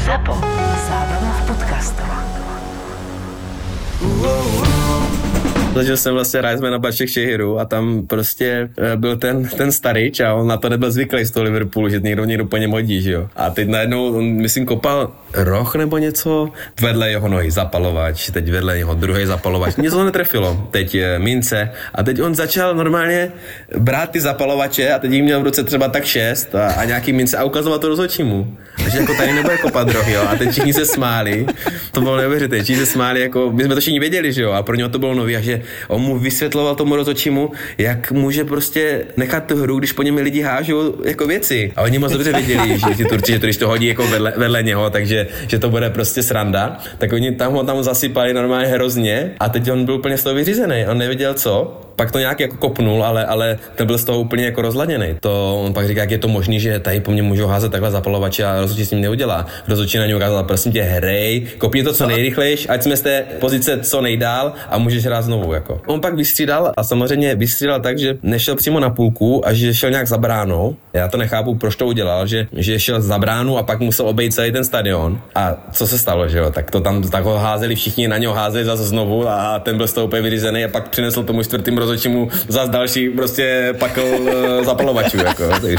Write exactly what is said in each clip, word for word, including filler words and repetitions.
Zapo. Zábrná v podcastovách. Zažil jsem vlastně hrát jsme na Baček Šehiru a tam prostě byl ten, ten starič a on na to nebyl zvyklý z toho Liverpoolu, že někdo někdo po něm hodí, že jo. A teď najednou on, myslím, kopal roh nebo něco, vedle jeho nohy zapalovač, teď vedle něho druhý zapalovač, něco netrefilo, teď je mince a teď on začal normálně brát ty zapalovače a teď jim měl v ruce třeba tak šest a, a nějaký mince a ukazoval to rozhodčímu. Takže jako tady nebude kopat roh, jo. A teď všichni se smáli, to bylo neuvěřitelné, všichni se smáli, jako my jsme to všichni věděli, že jo, a pro něho to bylo nový a že on mu vysvětloval tomu rozhodčímu, jak může prostě nechat tu hru, když po něm lidi hážou jako věci. A oni moc dobře věděli, že ti Turci, že to, když to hodí jako vedle, vedle něho, takže že to bude prostě sranda. Tak oni tam ho tam zasypali normálně hrozně a teď on byl úplně z toho vyřízený. On nevěděl co. Pak to nějak jako kopnul, ale, ale ten byl z toho úplně jako rozladěný. To on pak říká, jak je to možný, že tady po mně můžou házet takhle zapalovače a rozhodčí s ním neudělá. Rozhodčí na něj ukázal, prosím tě, hrej, kopni to co nejrychlejš, ať jsme z té pozice co nejdál a můžeš hrát znovu jako. On pak vystřídal a samozřejmě vystřídal tak, že nešel přímo na půlku a že šel nějak za bránou. Já to nechápu, proč to udělal, že, že šel za bránu a pak musel obejít celý ten stadion. A co se stalo, že jo? Tak to tam tak ho házeli, všichni na něho házeli zase znovu a ten byl z toho úplně vyřízený a pak přinesl tomu čtvrtým rozhodčímu zas další prostě pakl uh, zapalovačů jako, takže.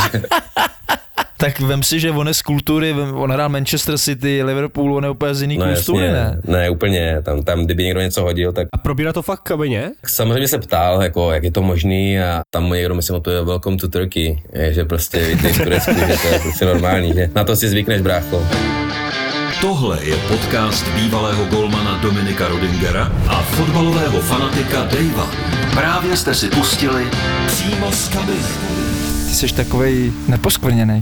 Tak vem si, že on je z kultury, on hrál Manchester City, Liverpool, on je úplně z jiný no, kultury, ne? Ne, úplně, tam, tam kdyby někdo něco hodil, tak... A probírá to fakt v kabině? Samozřejmě se ptal, jako, jak je to možný a tam mu někdo, myslím, to je welcome to Turkey, že prostě víte v Turecku, že to je prostě normální, že na to si zvykneš, brácho. Tohle je podcast bývalého golmana Dominika Rodingera a fotbalového fanatika Davea. Právě jste si pustili přímo z kabiny. Ty jsi takovej neposkvrněnej.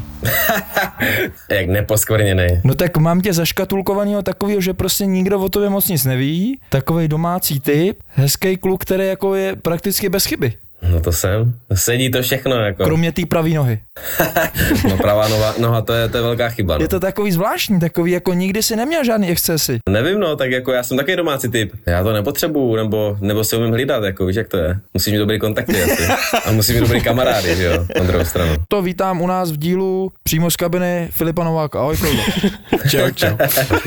Jak neposkvrněnej? No tak mám tě zaškatulkovanýho takovýho, že prostě nikdo o tobě moc nic neví. Takovej domácí typ, hezký kluk, který jako je prakticky bez chyby. No to jsem. Sedí to všechno jako. Kromě té pravý nohy. No pravá noha, noha to, je, to je velká chyba. No. Je to takový zvláštní, takový jako nikdy si neměl žádný excesy. Nevím no, tak jako já jsem taky domácí typ. Já to nepotřebuju, nebo, nebo si umím hlídat, jako víš jak to je. Musíš mít dobrý kontakty asi. A musím mít dobrý kamarády, že jo, na druhou stranu. To vítám u nás v dílu přímo z kabiny Filipa Nováka. Ahoj Filip. Čau, čau.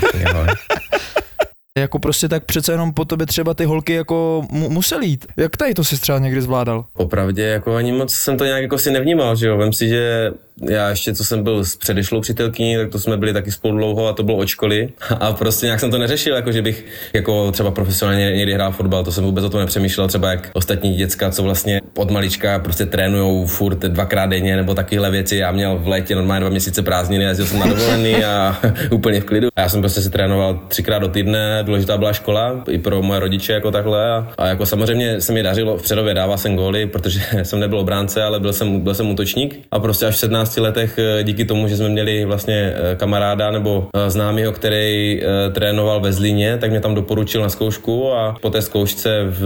Jako prostě tak přece jenom po tobě třeba ty holky jako mu- musely jít. Jak tady to si třeba někdy zvládal? Popravdě jako ani moc jsem to nějak jako si nevnímal, že jo. Vem si, že já ještě, co jsem byl s předešlou přítelkyní, tak to jsme byli taky spolu dlouho a to bylo od školy. A prostě nějak jsem to neřešil, jako že bych jako třeba profesionálně někdy hrál fotbal, to jsem vůbec o tom nepřemýšlel, třeba jak ostatní děcka, co vlastně od malička prostě trénujou furt dvakrát denně nebo takovéhle věci. Já měl v létě normálně dva měsíce prázdniny, jezdil jsem na dovolený a úplně v klidu. A já jsem prostě si trénoval třikrát do týdne, důležitá byla škola i pro moje rodiče jako takhle a, a jako samozřejmě se mi dařilo v Přerově, dával jsem góly, protože jsem nebyl obránce, ale byl jsem, byl jsem útočník a prostě až v sedmnácti letech díky tomu, že jsme měli vlastně kamaráda nebo známýho, který trénoval ve Zlíně, tak mě tam doporučil na zkoušku a po té zkoušce v,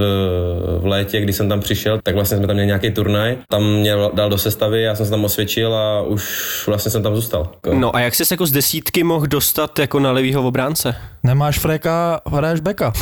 v létě, když jsem tam přišel, tak vlastně jsme tam měli nějaký turnaj, tam mě dal do sestavy, já jsem se tam osvědčil a už vlastně jsem tam zůstal. No a jak jsi se jako z desítky mohl dostat jako na levýho obránce? Nemáš freka, hraješ beka.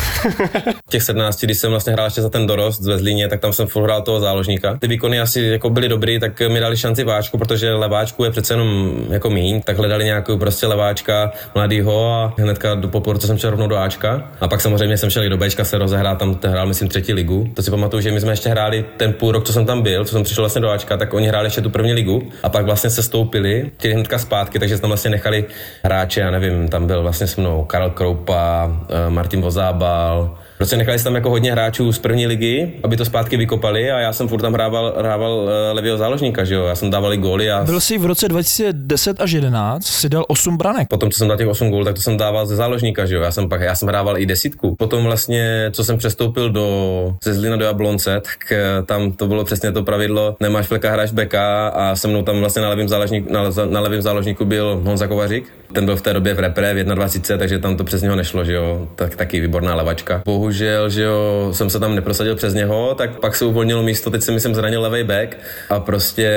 V těch sedmnácti, když jsem vlastně hrál ještě za ten dorost ve Zlíně, tak tam jsem furt hrál toho záložníka. Ty výkony asi jako byly dobrý, tak mi dali šanci váčku, protože leváčku je přece jenom jako míň, tak hledali nějakou prostě leváčka mladýho a hnedka do poporce jsem šel rovnou do Ačka. A pak samozřejmě jsem šel i do Bčka se rozehrát, tam hrál myslím třetí ligu. To si pamatuju, že my jsme ještě hráli ten půl rok, co jsem tam byl, co jsem přišel vlastně do Ačka, tak oni hráli ještě tu první ligu a pak vlastně se stoupili, chtěli hnedka zpátky, takže tam vlastně nechali hráče, já nevím, tam byl vlastně s mnou Karel Kroupa, Martin Vozábal. Prostě nechali si tam jako hodně hráčů z první ligy, aby to zpátky vykopali a já jsem furt tam hrával, hrával levýho záložníka, že jo, já jsem dával góly a... Byl jsi v roce dva tisíce deset až jedenáct, si dal osm branek. Potom, co jsem dal těch osm gólů, tak to jsem dával ze záložníka, že jo, já jsem pak, já jsem hrával i desítku. Potom vlastně, co jsem přestoupil do, ze Zlína do Jablonce, tak tam to bylo přesně to pravidlo, nemáš fleka, hráš beka a se mnou tam vlastně na levém záložníku, na, na levém záložníku byl Honza Kovařík. Ten byl v té době v repre v dvacet jedna, takže tam to přes něho nešlo, že jo, tak taky výborná levačka. Bohužel, že jo, jsem se tam neprosadil přes něho, tak pak se uvolnilo místo, teď si myslím zranil levej back a prostě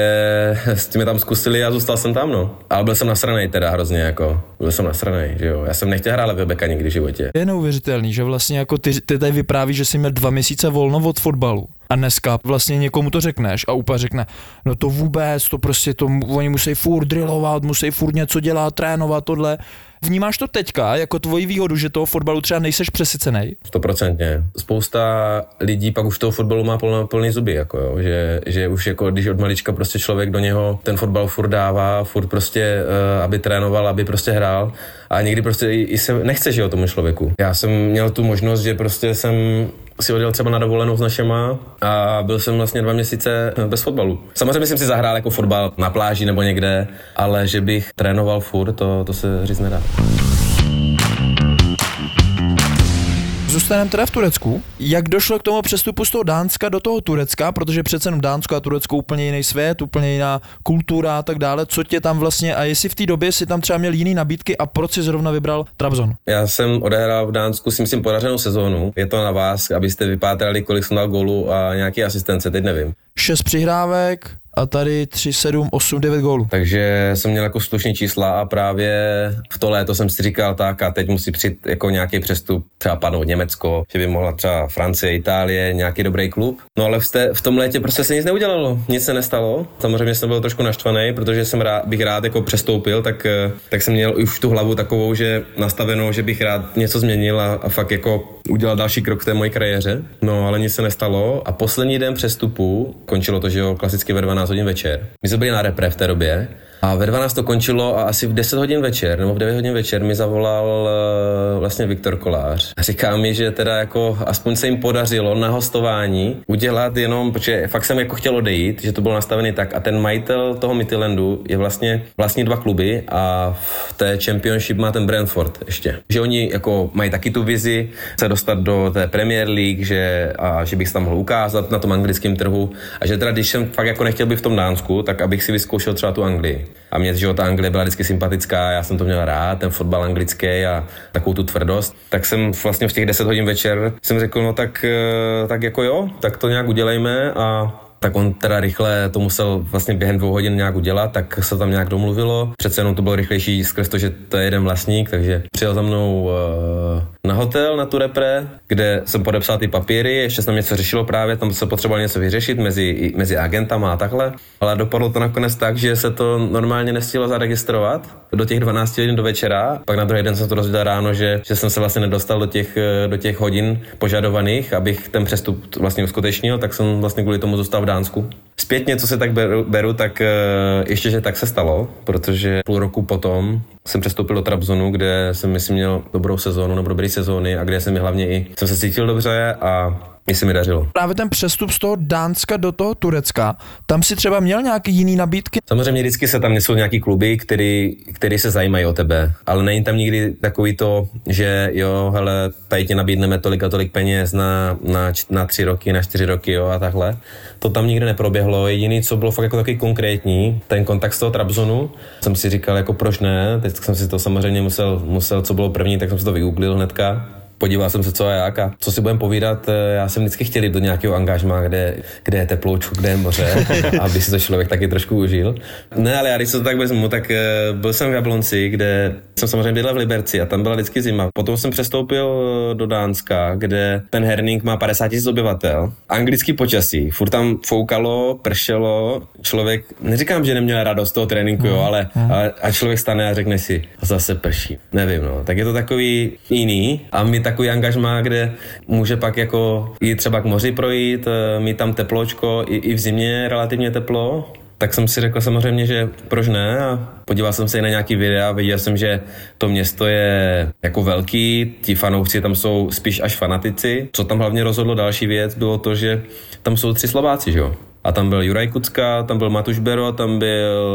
s tím tam zkusili a zůstal jsem tam, no. Ale byl jsem nasranej teda hrozně, jako, byl jsem nasranej, že jo, já jsem nechtěl hrát levej backa nikdy v životě. Je neuvěřitelný, že vlastně jako ty, ty tady vyprávíš, že jsi měl dva měsíce volno od fotbalu. A dneska vlastně někomu to řekneš a úplně řekne, no to vůbec, to prostě to, oni musí furt drillovat, musí furt něco dělat, trénovat tohle. Vnímáš to teďka jako tvoji výhodu, že toho fotbalu třeba nejseš přesycenej? Stoprocentně. Spousta lidí pak už toho fotbalu má plný, plný zuby, jako jo, že, že už jako když od malička prostě člověk do něho ten fotbal furt dává, furt prostě, uh, aby trénoval, aby prostě hrál a někdy prostě i, i se nechce, že jo, tomu člověku. Já jsem měl tu možnost, že prostě jsem si odjel třeba na dovolenou s našema a byl jsem vlastně dva měsíce bez fotbalu. Samozřejmě jsem si zahrál jako fotbal na pláži nebo někde, ale že bych trénoval furt, to, to se říct nedá. Zůstaneme teda v Turecku. Jak došlo k tomu přestupu z toho Dánska do toho Turecka, protože přece jenom Dánsko a Turecko úplně jiný svět, úplně jiná kultura a tak dále. Co tě tam vlastně a jestli v té době si tam třeba měl jiný nabídky a proč si zrovna vybral Trabzon? Já jsem odehrál v Dánsku si myslím podařenou sezónu. Je to na vás, abyste vypátrali, kolik jsem dal gólů a nějaký asistence, teď nevím. Šest přihrávek a tady tři, sedm, osm, devět gólů. Takže jsem měl jako slušný čísla a právě v to léto jsem si říkal tak a teď musí přijít jako nějaký přestup, třeba padnout Německo, že by mohla třeba Francie, Itálie, nějaký dobrý klub. No ale v, té, v tom létě prostě se nic neudělalo, nic se nestalo. Samozřejmě jsem byl trošku naštvaný, protože jsem rád, bych rád jako přestoupil, tak, tak jsem měl už tu hlavu takovou, že nastavenou, že bych rád něco změnil a, a fakt jako udělal další krok v té mojí kariéře. No ale nic se nestalo a poslední den přestupu končilo to, že jo, klasicky ve dvanáct hodin večer. My jsme byli na repre v té době a ve dvanáct to končilo a asi v deset hodin večer nebo v devět hodin večer mi zavolal uh, vlastně Viktor Kolář. A říká mi, že teda jako aspoň se jim podařilo na hostování udělat jenom, protože fakt jsem jako chtěl odejít, že to bylo nastavené tak a ten majitel toho Midtjyllandu je vlastně vlastně dva kluby a v té Championship má ten Brentford ještě. Že oni jako mají taky tu vizi se dostat do té Premier League, že, a že bych se tam mohl ukázat na tom anglickém trhu a že teda když jsem fakt jako nechtěl být v tom Dánsku, tak abych si vyzkoušel třeba tu Anglii. A mě, že ta Anglie byla vždycky sympatická, já jsem to měl rád, ten fotbal anglický a takovou tu tvrdost. Tak jsem vlastně v těch deset hodin večer jsem řekl, no tak, tak jako jo, tak to nějak udělejme a tak on teda rychle to musel vlastně během dvou hodin nějak udělat, tak se tam nějak domluvilo. Přece jenom to bylo rychlejší skrz to, že to je jeden vlastník, takže přijel za mnou uh, na hotel, na tu repre, kde jsem podepsal ty papíry, ještě se tam něco řešilo právě, tam se potřebovalo něco vyřešit mezi, mezi agentama a takhle, ale dopadlo to nakonec tak, že se to normálně nestihlo zaregistrovat do těch dvanáct hodin do večera, pak na druhý den jsem to dozvěděl ráno, že, že jsem se vlastně nedostal do těch, do těch hodin požadovaných, abych ten přestup vlastně uskutečnil, tak jsem vlastně kvůli tomu zůstal v Dánsku. Zpětně, co se tak beru, beru tak ještě, že tak se stalo, protože půl roku potom jsem přestoupil do Trabzonu, kde jsem myslím měl dobrou sezónu, nebo dobrý sezóny a kde jsem hlavně i jsem se cítil dobře a i se mi dařilo. Právě ten přestup z toho Dánska do toho Turecka, tam si třeba měl nějaký jiný nabídky? Samozřejmě vždycky se tam nesou nějaký kluby, který, který se zajímají o tebe, ale není tam nikdy takový to, že jo, hele, tady ti nabídneme tolik a tolik peněz na, na, na tři roky, na čtyři roky, jo, a takhle. To tam nikdy neproběhlo. Jediný, co bylo fakt jako takový konkrétní, ten kontakt z toho Trabzonu, jsem si říkal, jako proč ne, teď jsem si to samozřejmě musel, musel co bylo první, tak jsem si to vygooglil hnedka. Podíval jsem se, co a jak a co si budem povídat, já jsem vždycky chtěl jít do nějakého angažmá, kde, kde je teploučku, kde je moře, aby si to člověk taky trošku užil. Ne, ale já když se to tak vezmu, tak byl jsem v Jablonci, kde jsem samozřejmě bydlel v Liberci a tam byla vždycky zima. Potom jsem přestoupil do Dánska, kde ten Herning má padesát tisíc obyvatel. Anglický počasí, furt tam foukalo, pršelo, člověk, neříkám, že neměl radost toho tréninku, jo, ale, ale a člověk stane a řekne si, zase prší. Nevím, no, tak je to takový jiný a my takový angažmá, kde může pak jako jít třeba k moři projít, mít tam tepločko, i, i v zimě relativně teplo, tak jsem si řekl samozřejmě, že proč ne a podíval jsem se i na nějaký videa, viděl jsem, že to město je jako velký, ti fanoušci tam jsou spíš až fanatici. Co tam hlavně rozhodlo další věc, bylo to, že tam jsou tři Slováci, že jo? A tam byl Juraj Kucka, tam byl Matuš Bero, tam byl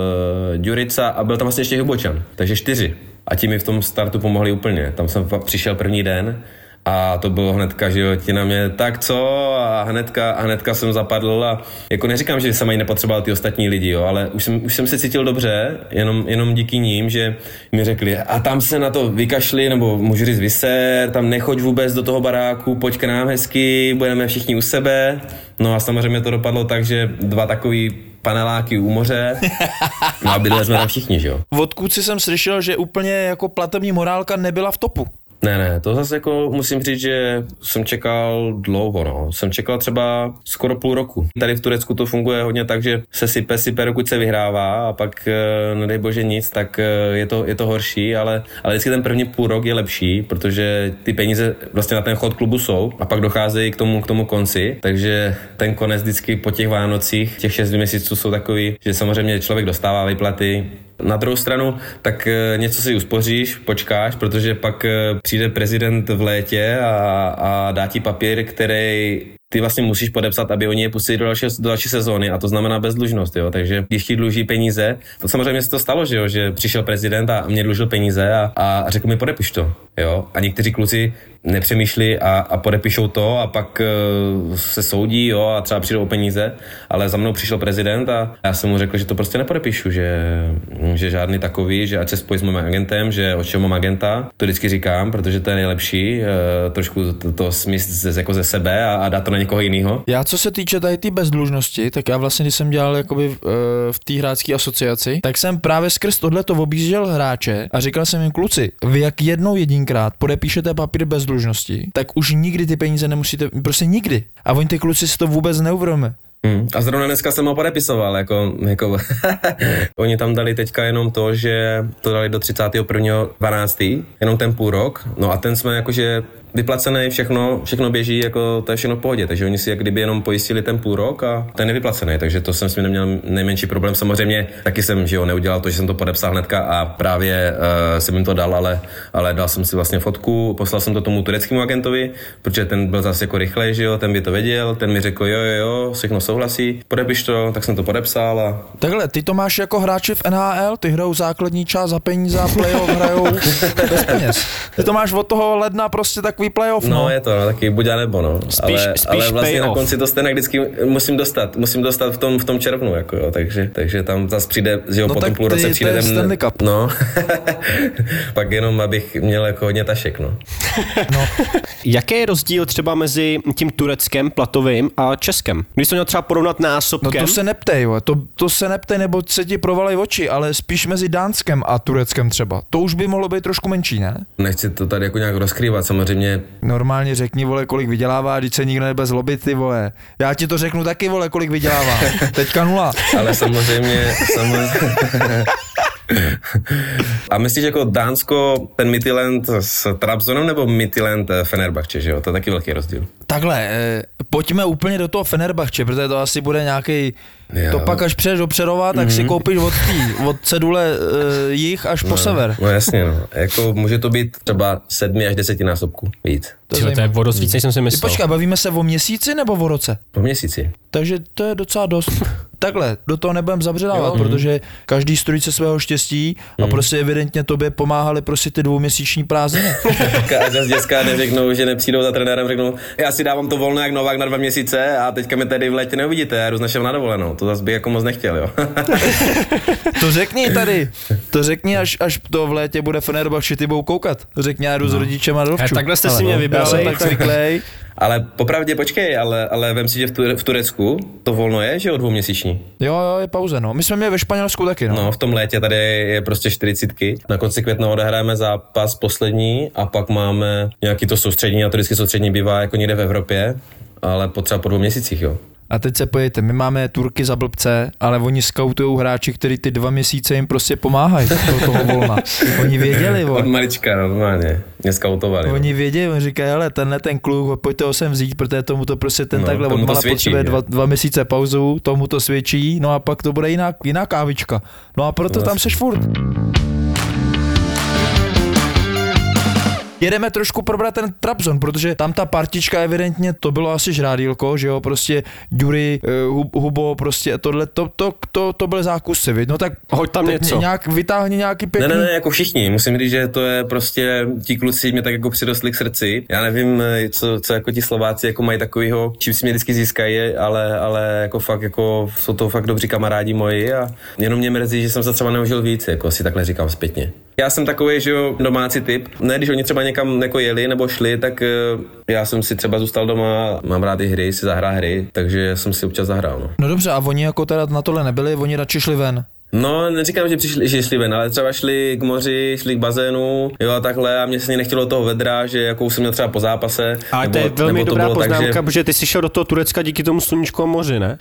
Ďurica a byl tam vlastně ještě Hubočan, takže čtyři. A ti mi v tom startu pomohli úplně. Tam jsem přišel první den a to bylo hnedka, že jo, ti na mě tak co a hnedka, a hnedka jsem zapadl a jako neříkám, že jsem ani nepotřeboval ty ostatní lidi, jo, ale už jsem, už jsem se cítil dobře, jenom, jenom díky ním, že mi řekli a tam se na to vykašli, nebo můžu říct vyser, tam nechoď vůbec do toho baráku, pojď k nám hezky, budeme všichni u sebe. No a samozřejmě to dopadlo tak, že dva takový paneláky u moře, no a bydleli jsme tam všichni, že jo. Od kluci jsem slyšel, že úplně jako platební morálka nebyla v topu. Ne, ne, to zase jako musím říct, že jsem čekal dlouho, no. Jsem čekal třeba skoro půl roku. Tady v Turecku to funguje hodně tak, že se sype, sype, dokud se vyhrává a pak, nedej bože nic, tak je to, je to horší, ale, ale vždycky ten první půl rok je lepší, protože ty peníze vlastně na ten chod klubu jsou a pak docházejí k tomu, k tomu konci, takže ten konec vždycky po těch Vánocích, těch šest měsíců jsou takový, že samozřejmě člověk dostává výplaty. Na druhou stranu, tak něco si uspoříš, počkáš, protože pak přijde prezident v létě a, a dá ti papír, který ty vlastně musíš podepsat, aby oni je pustili do další, do další sezóny a to znamená bezdlužnost, jo, takže když ti dluží peníze, to samozřejmě se to stalo, že jo, že přišel prezident a mě dlužil peníze a, a řekl mi podepiš to, jo, a někteří kluci nepřemýšlí a, a podepíšou to a pak uh, se soudí, jo, a třeba přijdou o peníze, ale za mnou přišel prezident a já jsem mu řekl, že to prostě nepodepíšu, že, že žádný takový, že ať se spojí s mým agentem, že od čeho mám agenta, to vždycky říkám, protože to je nejlepší, uh, trošku to, to smysl ze, jako ze sebe a, a dát to na někoho jiného. Já co se týče tady té bezdlužnosti, tak já vlastně, když jsem dělal jakoby v, v té hráčské asociaci, tak jsem právě skrz tohleto objížděl hráče a říkal jsem jim, kluci, vy jak jednou jedinkrát podepíšete papír bezdlužnosti, tak už nikdy ty peníze nemusíte, prostě nikdy. A oni ty kluci si to vůbec neuvědomí. Hmm. A zrovna dneska jsem ho podepisoval, jako, jako oni tam dali teďka jenom to, že to dali do třicátého prvního dvanáctého jenom ten půl rok, no a ten jsme jakože vyplacený, všechno, všechno běží, jako to je všechno v pohodě, takže oni si jak kdyby jenom pojistili ten půl rok a ten je vyplacený, takže to jsem s tím neměl nejmenší problém. Samozřejmě taky jsem, že jo, neudělal to, že jsem to podepsal hnedka a právě uh, jsem jim to dal, ale, ale dal jsem si vlastně fotku, poslal jsem to tomu tureckému agentovi, protože ten byl zase jako rychlej, že jo, ten by to věděl, ten mi řekl jo, jo, jo, všechno souhlasí, podepiš to, tak jsem to podepsal a... Takhle, ty to máš jako hráči v N H L, ty hrajou základní část za peníze a playoff hrajou bez peněz. Ty to máš od toho ledna prostě takový playoff, no. No je to, no, taky buď a nebo, no. Spíš, ale, spíš ale vlastně na payoff. konci to stejně vždycky musím dostat, musím dostat v tom, v tom červnu, jako jo, takže, takže tam zase přijde, že jo, No po tom tak půl roce ty- přijde to je ten, Stanley Cup. no, pak jenom, abych měl jako hodně tašek, no. Jaký je rozdíl třeba mezi tím Tureckem platovým a Českem? Když to měl třeba porovnat No násobkem, to se neptej, jo. To, to se neptej, nebo se ti provalej oči, ale spíš mezi Dánskem a Tureckem třeba. To už by mohlo být trošku menší, ne? Nechci to tady jako nějak rozkrývat, samozřejmě. Normálně řekni, vole, kolik vydělává, když se nikdo nebude zlobit, ty vole. Já ti to řeknu taky, vole, kolik vydělává. Teďka nula. Ale samozřejmě, samozřejmě. A myslíš jako Dánsko, ten Midtjylland s Trabzonem nebo Midtjylland Fenerbahce, že jo? To je taky velký rozdíl. Takhle, eh, pojďme úplně do toho Fenerbahce, protože to asi bude nějaký. Jo. To pak až přijdeš do Přerova, tak mm-hmm. si koupíš od tý, od cedule eh, jich až po no, sever. No jasně, no. Jako může to být třeba sedmi až desetinásobku víc. Tyhle, to je o dost víc, než jsem si Ty myslel. počkej, bavíme se o měsíci nebo o roce? Po měsíci. Takže to je docela dost. Takhle, do toho nebudem zabředávat, Jo. protože každý strůjce svého štěstí a prostě evidentně tobě pomáhaly prostě ty dvouměsíční prázdniny. A zase dětská neřeknou, že nepřijdou za trenérem, řeknou, já si dávám to volno jak Novák na dva měsíce a teďka mě tady v létě neuvidíte, já jdu s našem na dovolenou. To zase bych jako moc nechtěl, jo. To řekni tady, to řekni, až, až to v létě bude Fenerbahce, ty budou koukat. Řekni, já jdu s rodičem a do Dovču. A takhle jste si Ale mě já vybrali. jsem tak zvyklý. Ale popravdě počkej, ale, ale vem si, že v, tu, v Turecku to volno je, že jo, dvouměsíční. Jo, jo, je pauze, no. My jsme měli ve Španělsku taky, no. No, v tom létě tady je prostě čtyřicítky. Na konci května odehráme zápas poslední a pak máme nějaký to soustředění, a to vždycky soustředění bývá jako někde v Evropě, ale potřeba po dvou měsících, jo. A teď se pojďte, my máme Turky za blbce, ale oni skautujou hráči, kteří ty dva měsíce jim prostě pomáhají do toho volna. Oni věděli, Od vole. malička, normálně. Mě skautovali. Oni věděli, oni říkají, hele, tenhle ten kluk, pojďte ho sem vzít, protože tomu to prostě ten No, takhle tomu to odmala svědčí, potřebuje že? dva, dva měsíce pauzu, tomu to svědčí, no a pak to bude jiná, jiná kávička. No a proto No, tam seš furt. Jedeme trošku probrat ten Trabzon, protože tam ta partička evidentně, to bylo asi žrádílko, že jo, prostě Jury, uh, Hubo, prostě tohle, to, to, to, to byl zákusy, viď? No tak Hoď tam tak něco. Nějak, vytáhni nějaký Ne, pěkný. ne, ne, jako všichni. Musím říct, že to je prostě, ti kluci mě tak jako přirostli k srdci. Já nevím, co, co jako ti Slováci jako mají takovýho, čím si mě vždycky získají, ale, ale jako fakt jako jsou to fakt dobří kamarádi moji a jenom mě mrzí, že jsem se třeba neužil víc, jako si takhle říkám zpětně. Já jsem takový, že jo, domácí typ. Ne, když oni třeba někam jako jeli nebo šli, tak uh, já jsem si třeba zůstal doma, mám rád i hry, si zahrát hry, takže jsem si občas zahrál, no. No dobře, a oni jako teda na tohle nebyli, oni radši šli ven. No, neříkám, že přišli, že šli ven, ale třeba šli k moři, šli k bazénu, jo a takhle a mě se nechtělo toho vedra, že jako jsem měl třeba po zápase. Ale to je velmi dobrá poznámka, tak, že... protože ty jsi šel do toho Turecka díky tomu sluníčku a moři, ne?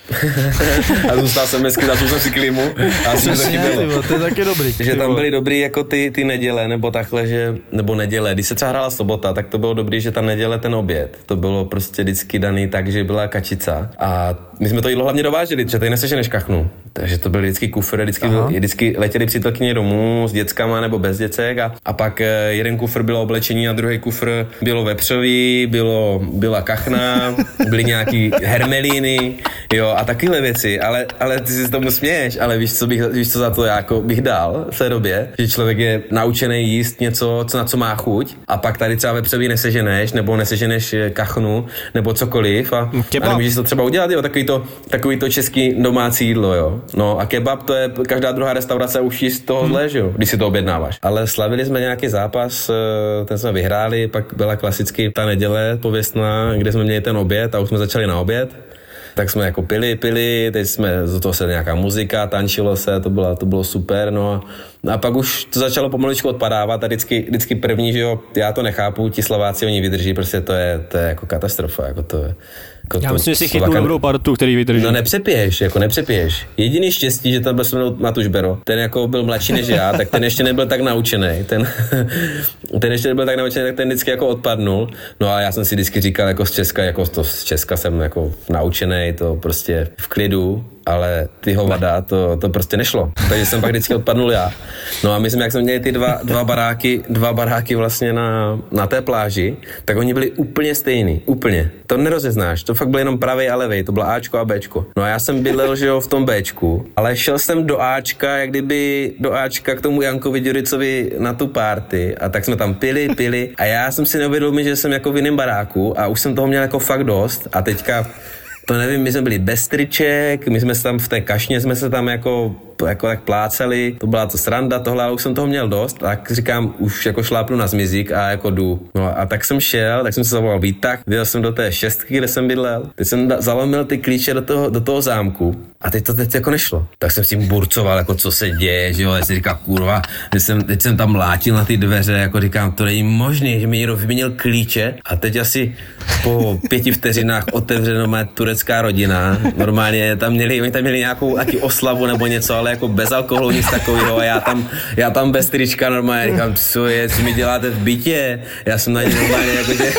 A zůstal jsem dnesky, zasul jsem si klimu a asi to taky bylo. To je taky dobrý. Že tam byly dobrý jako ty, ty neděle, nebo takhle, že, nebo neděle. Když se třeba hrála sobota, tak to bylo dobrý, že ta neděle ten oběd. To bylo prostě vždycky daný tak, že byla kačica. A my jsme to jídlo hlavně dováželi, protože tady neseženeš kachnu. Takže to byl vždycky kufr, vždycky, byl, vždycky letěli přítelkyně domů s dětskama nebo bez děcek a, a pak jeden kufr bylo oblečení a druhý kufr bylo vepřový, bylo, byla kachna, byly nějaký hermelíny, jo a takovéhle věci, ale, ale ty si s tomu směješ, ale víš, co, bych, víš, co za to jako bych dal v té době, že člověk je naučený jíst něco, co na co má chuť a pak tady třeba vepřový neseženeš nebo neseženeš kachnu nebo cokoliv a, a nemůžeš to třeba udělat, jo, takový to, takový to český domácí jídlo, jo. No a kebab to je každá druhá restaurace už jí z tohohle, hmm. že jo, když si to objednáváš. Ale slavili jsme nějaký zápas, ten jsme vyhráli, pak byla klasicky ta neděle pověstná, kde jsme měli ten oběd a už jsme začali na oběd. Tak jsme jako pili, pili, teď jsme, do toho se nějaká muzika, tančilo se, to bylo, to bylo super, no a, a pak už to začalo pomaličku odpadávat a vždycky, vždycky první, že jo, já to nechápu, ti Slováci, oni vydrží, prostě to je, to je jako katastrofa, jako to je. Jako já myslím, že si chytnou dobrou partu, který vydrží. No nepřepiješ, jako nepřepiješ. Jediný štěstí, že tam byl se mnou Matuš Bero, ten jako byl mladší než já, tak ten ještě nebyl tak naučený. Ten, ten ještě nebyl tak naučený, tak ten vždycky jako odpadnul. No a já jsem si vždycky říkal, jako z Česka, jako to z Česka jsem jako naučený, to prostě v klidu, ale ty hovada, to, to prostě nešlo. Takže jsem pak vždycky odpadnul já. No a my jsme, jak jsme měli ty dva, dva baráky, dva baráky vlastně na, na té pláži, tak oni byli úplně stejný, úplně. To nerozeznáš, to fakt byl jenom pravej a levej, to bylo Ačko a Bčko. No a já jsem bydlel, že jo, v tom Bčku, ale šel jsem do Ačka, jak kdyby do Ačka k tomu Jankovi Ďuricovi na tu party a tak jsme tam pili, pili a já jsem si neuvědomil, že jsem jako v jiném baráku a už jsem toho měl jako fakt dost a teďka to nevím, my jsme byli bez triček, my jsme se tam v té kašně jsme se tam jako, jako tak pláceli, to byla to sranda, tohle, ale už jsem toho měl dost, tak říkám, už jako šlápnu na zmizík a jako jdu. No a tak jsem šel, tak jsem se zavolal výtah, vyjel jsem do té šestky, kde jsem bydlel, teď jsem da- zalomil ty klíče do toho, do toho zámku a teď to teď jako nešlo. Tak jsem s tím burcoval, jako co se děje, že jo, já si říkám, kurva, teď jsem, teď jsem tam mlátil na ty dveře, jako říkám, to není možné, že mi někdo vyměnil klíče a teď asi po pěti vteřinách otevřeno má turecká rodina, normálně tam měli, oni tam měli nějakou taky oslavu nebo něco, ale jako bez alkoholu, nic takového a já tam, já tam bez trička normálně říkám, co je, co mi děláte v bytě, já jsem na ně normálně jako, že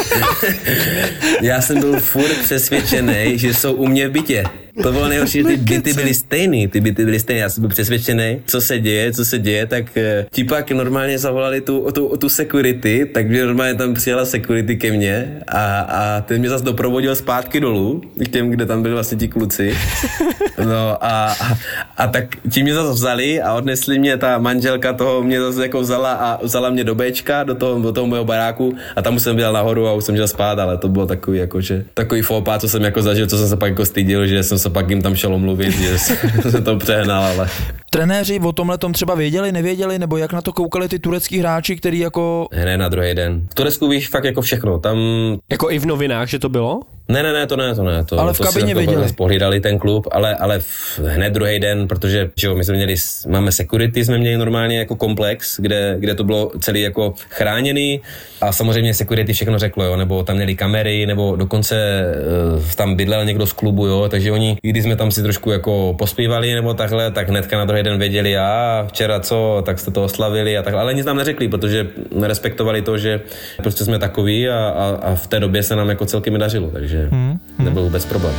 já jsem byl furt přesvědčený, že jsou u mě v bytě. To bylo nejhorší, že ty byty byly stejný, ty byty byly stejný, já jsem byl přesvědčený, co se děje, co se děje, tak ti pak normálně zavolali tu, tu, tu security, takže normálně tam přijela security ke mně a, a ten mě zase doprovodil zpátky dolů, k těm, kde tam byli vlastně ti kluci. No a, a, a tak ti mě zase vzali a odnesli mě, ta manželka toho mě zase jako vzala a vzala mě do Bčka, do toho, do toho mého baráku a tam už jsem byl nahoru a už jsem měl spát, ale to bylo takový jako, že takový fópa, co jsem jako zažil, co jsem se pak jako styděl, že jsem se pak jim tam šel omluvit, že jsem to přehnal, ale... Trenéři o tomhle tom třeba věděli, nevěděli, nebo jak na to koukali ty turecký hráči, který jako... Hned na druhý den. V Turecku víš fakt jako všechno, tam... Jako i v novinách, že to bylo? Ne, ne, ne, to ne, to ne. To, ale v to kabině si věděli. Pohlídali ten klub, ale, ale v, hned druhý den, protože že jo, my jsme měli, máme security, jsme měli normálně jako komplex, kde, kde to bylo celý jako chráněný a samozřejmě security všechno řeklo, jo, nebo tam měli kamery, nebo dokonce uh, tam bydlel někdo z klubu, jo, takže oni, když jsme tam si trošku jako pospívali nebo takhle, tak hnedka na druhý den věděli, a včera co, tak jste to oslavili a takhle, ale nic nám neřekli, protože respektovali to, že prostě jsme takový a, a, a v té době se nám jako celkem dařilo, takže Hmm, hmm. nebyl vůbec problém.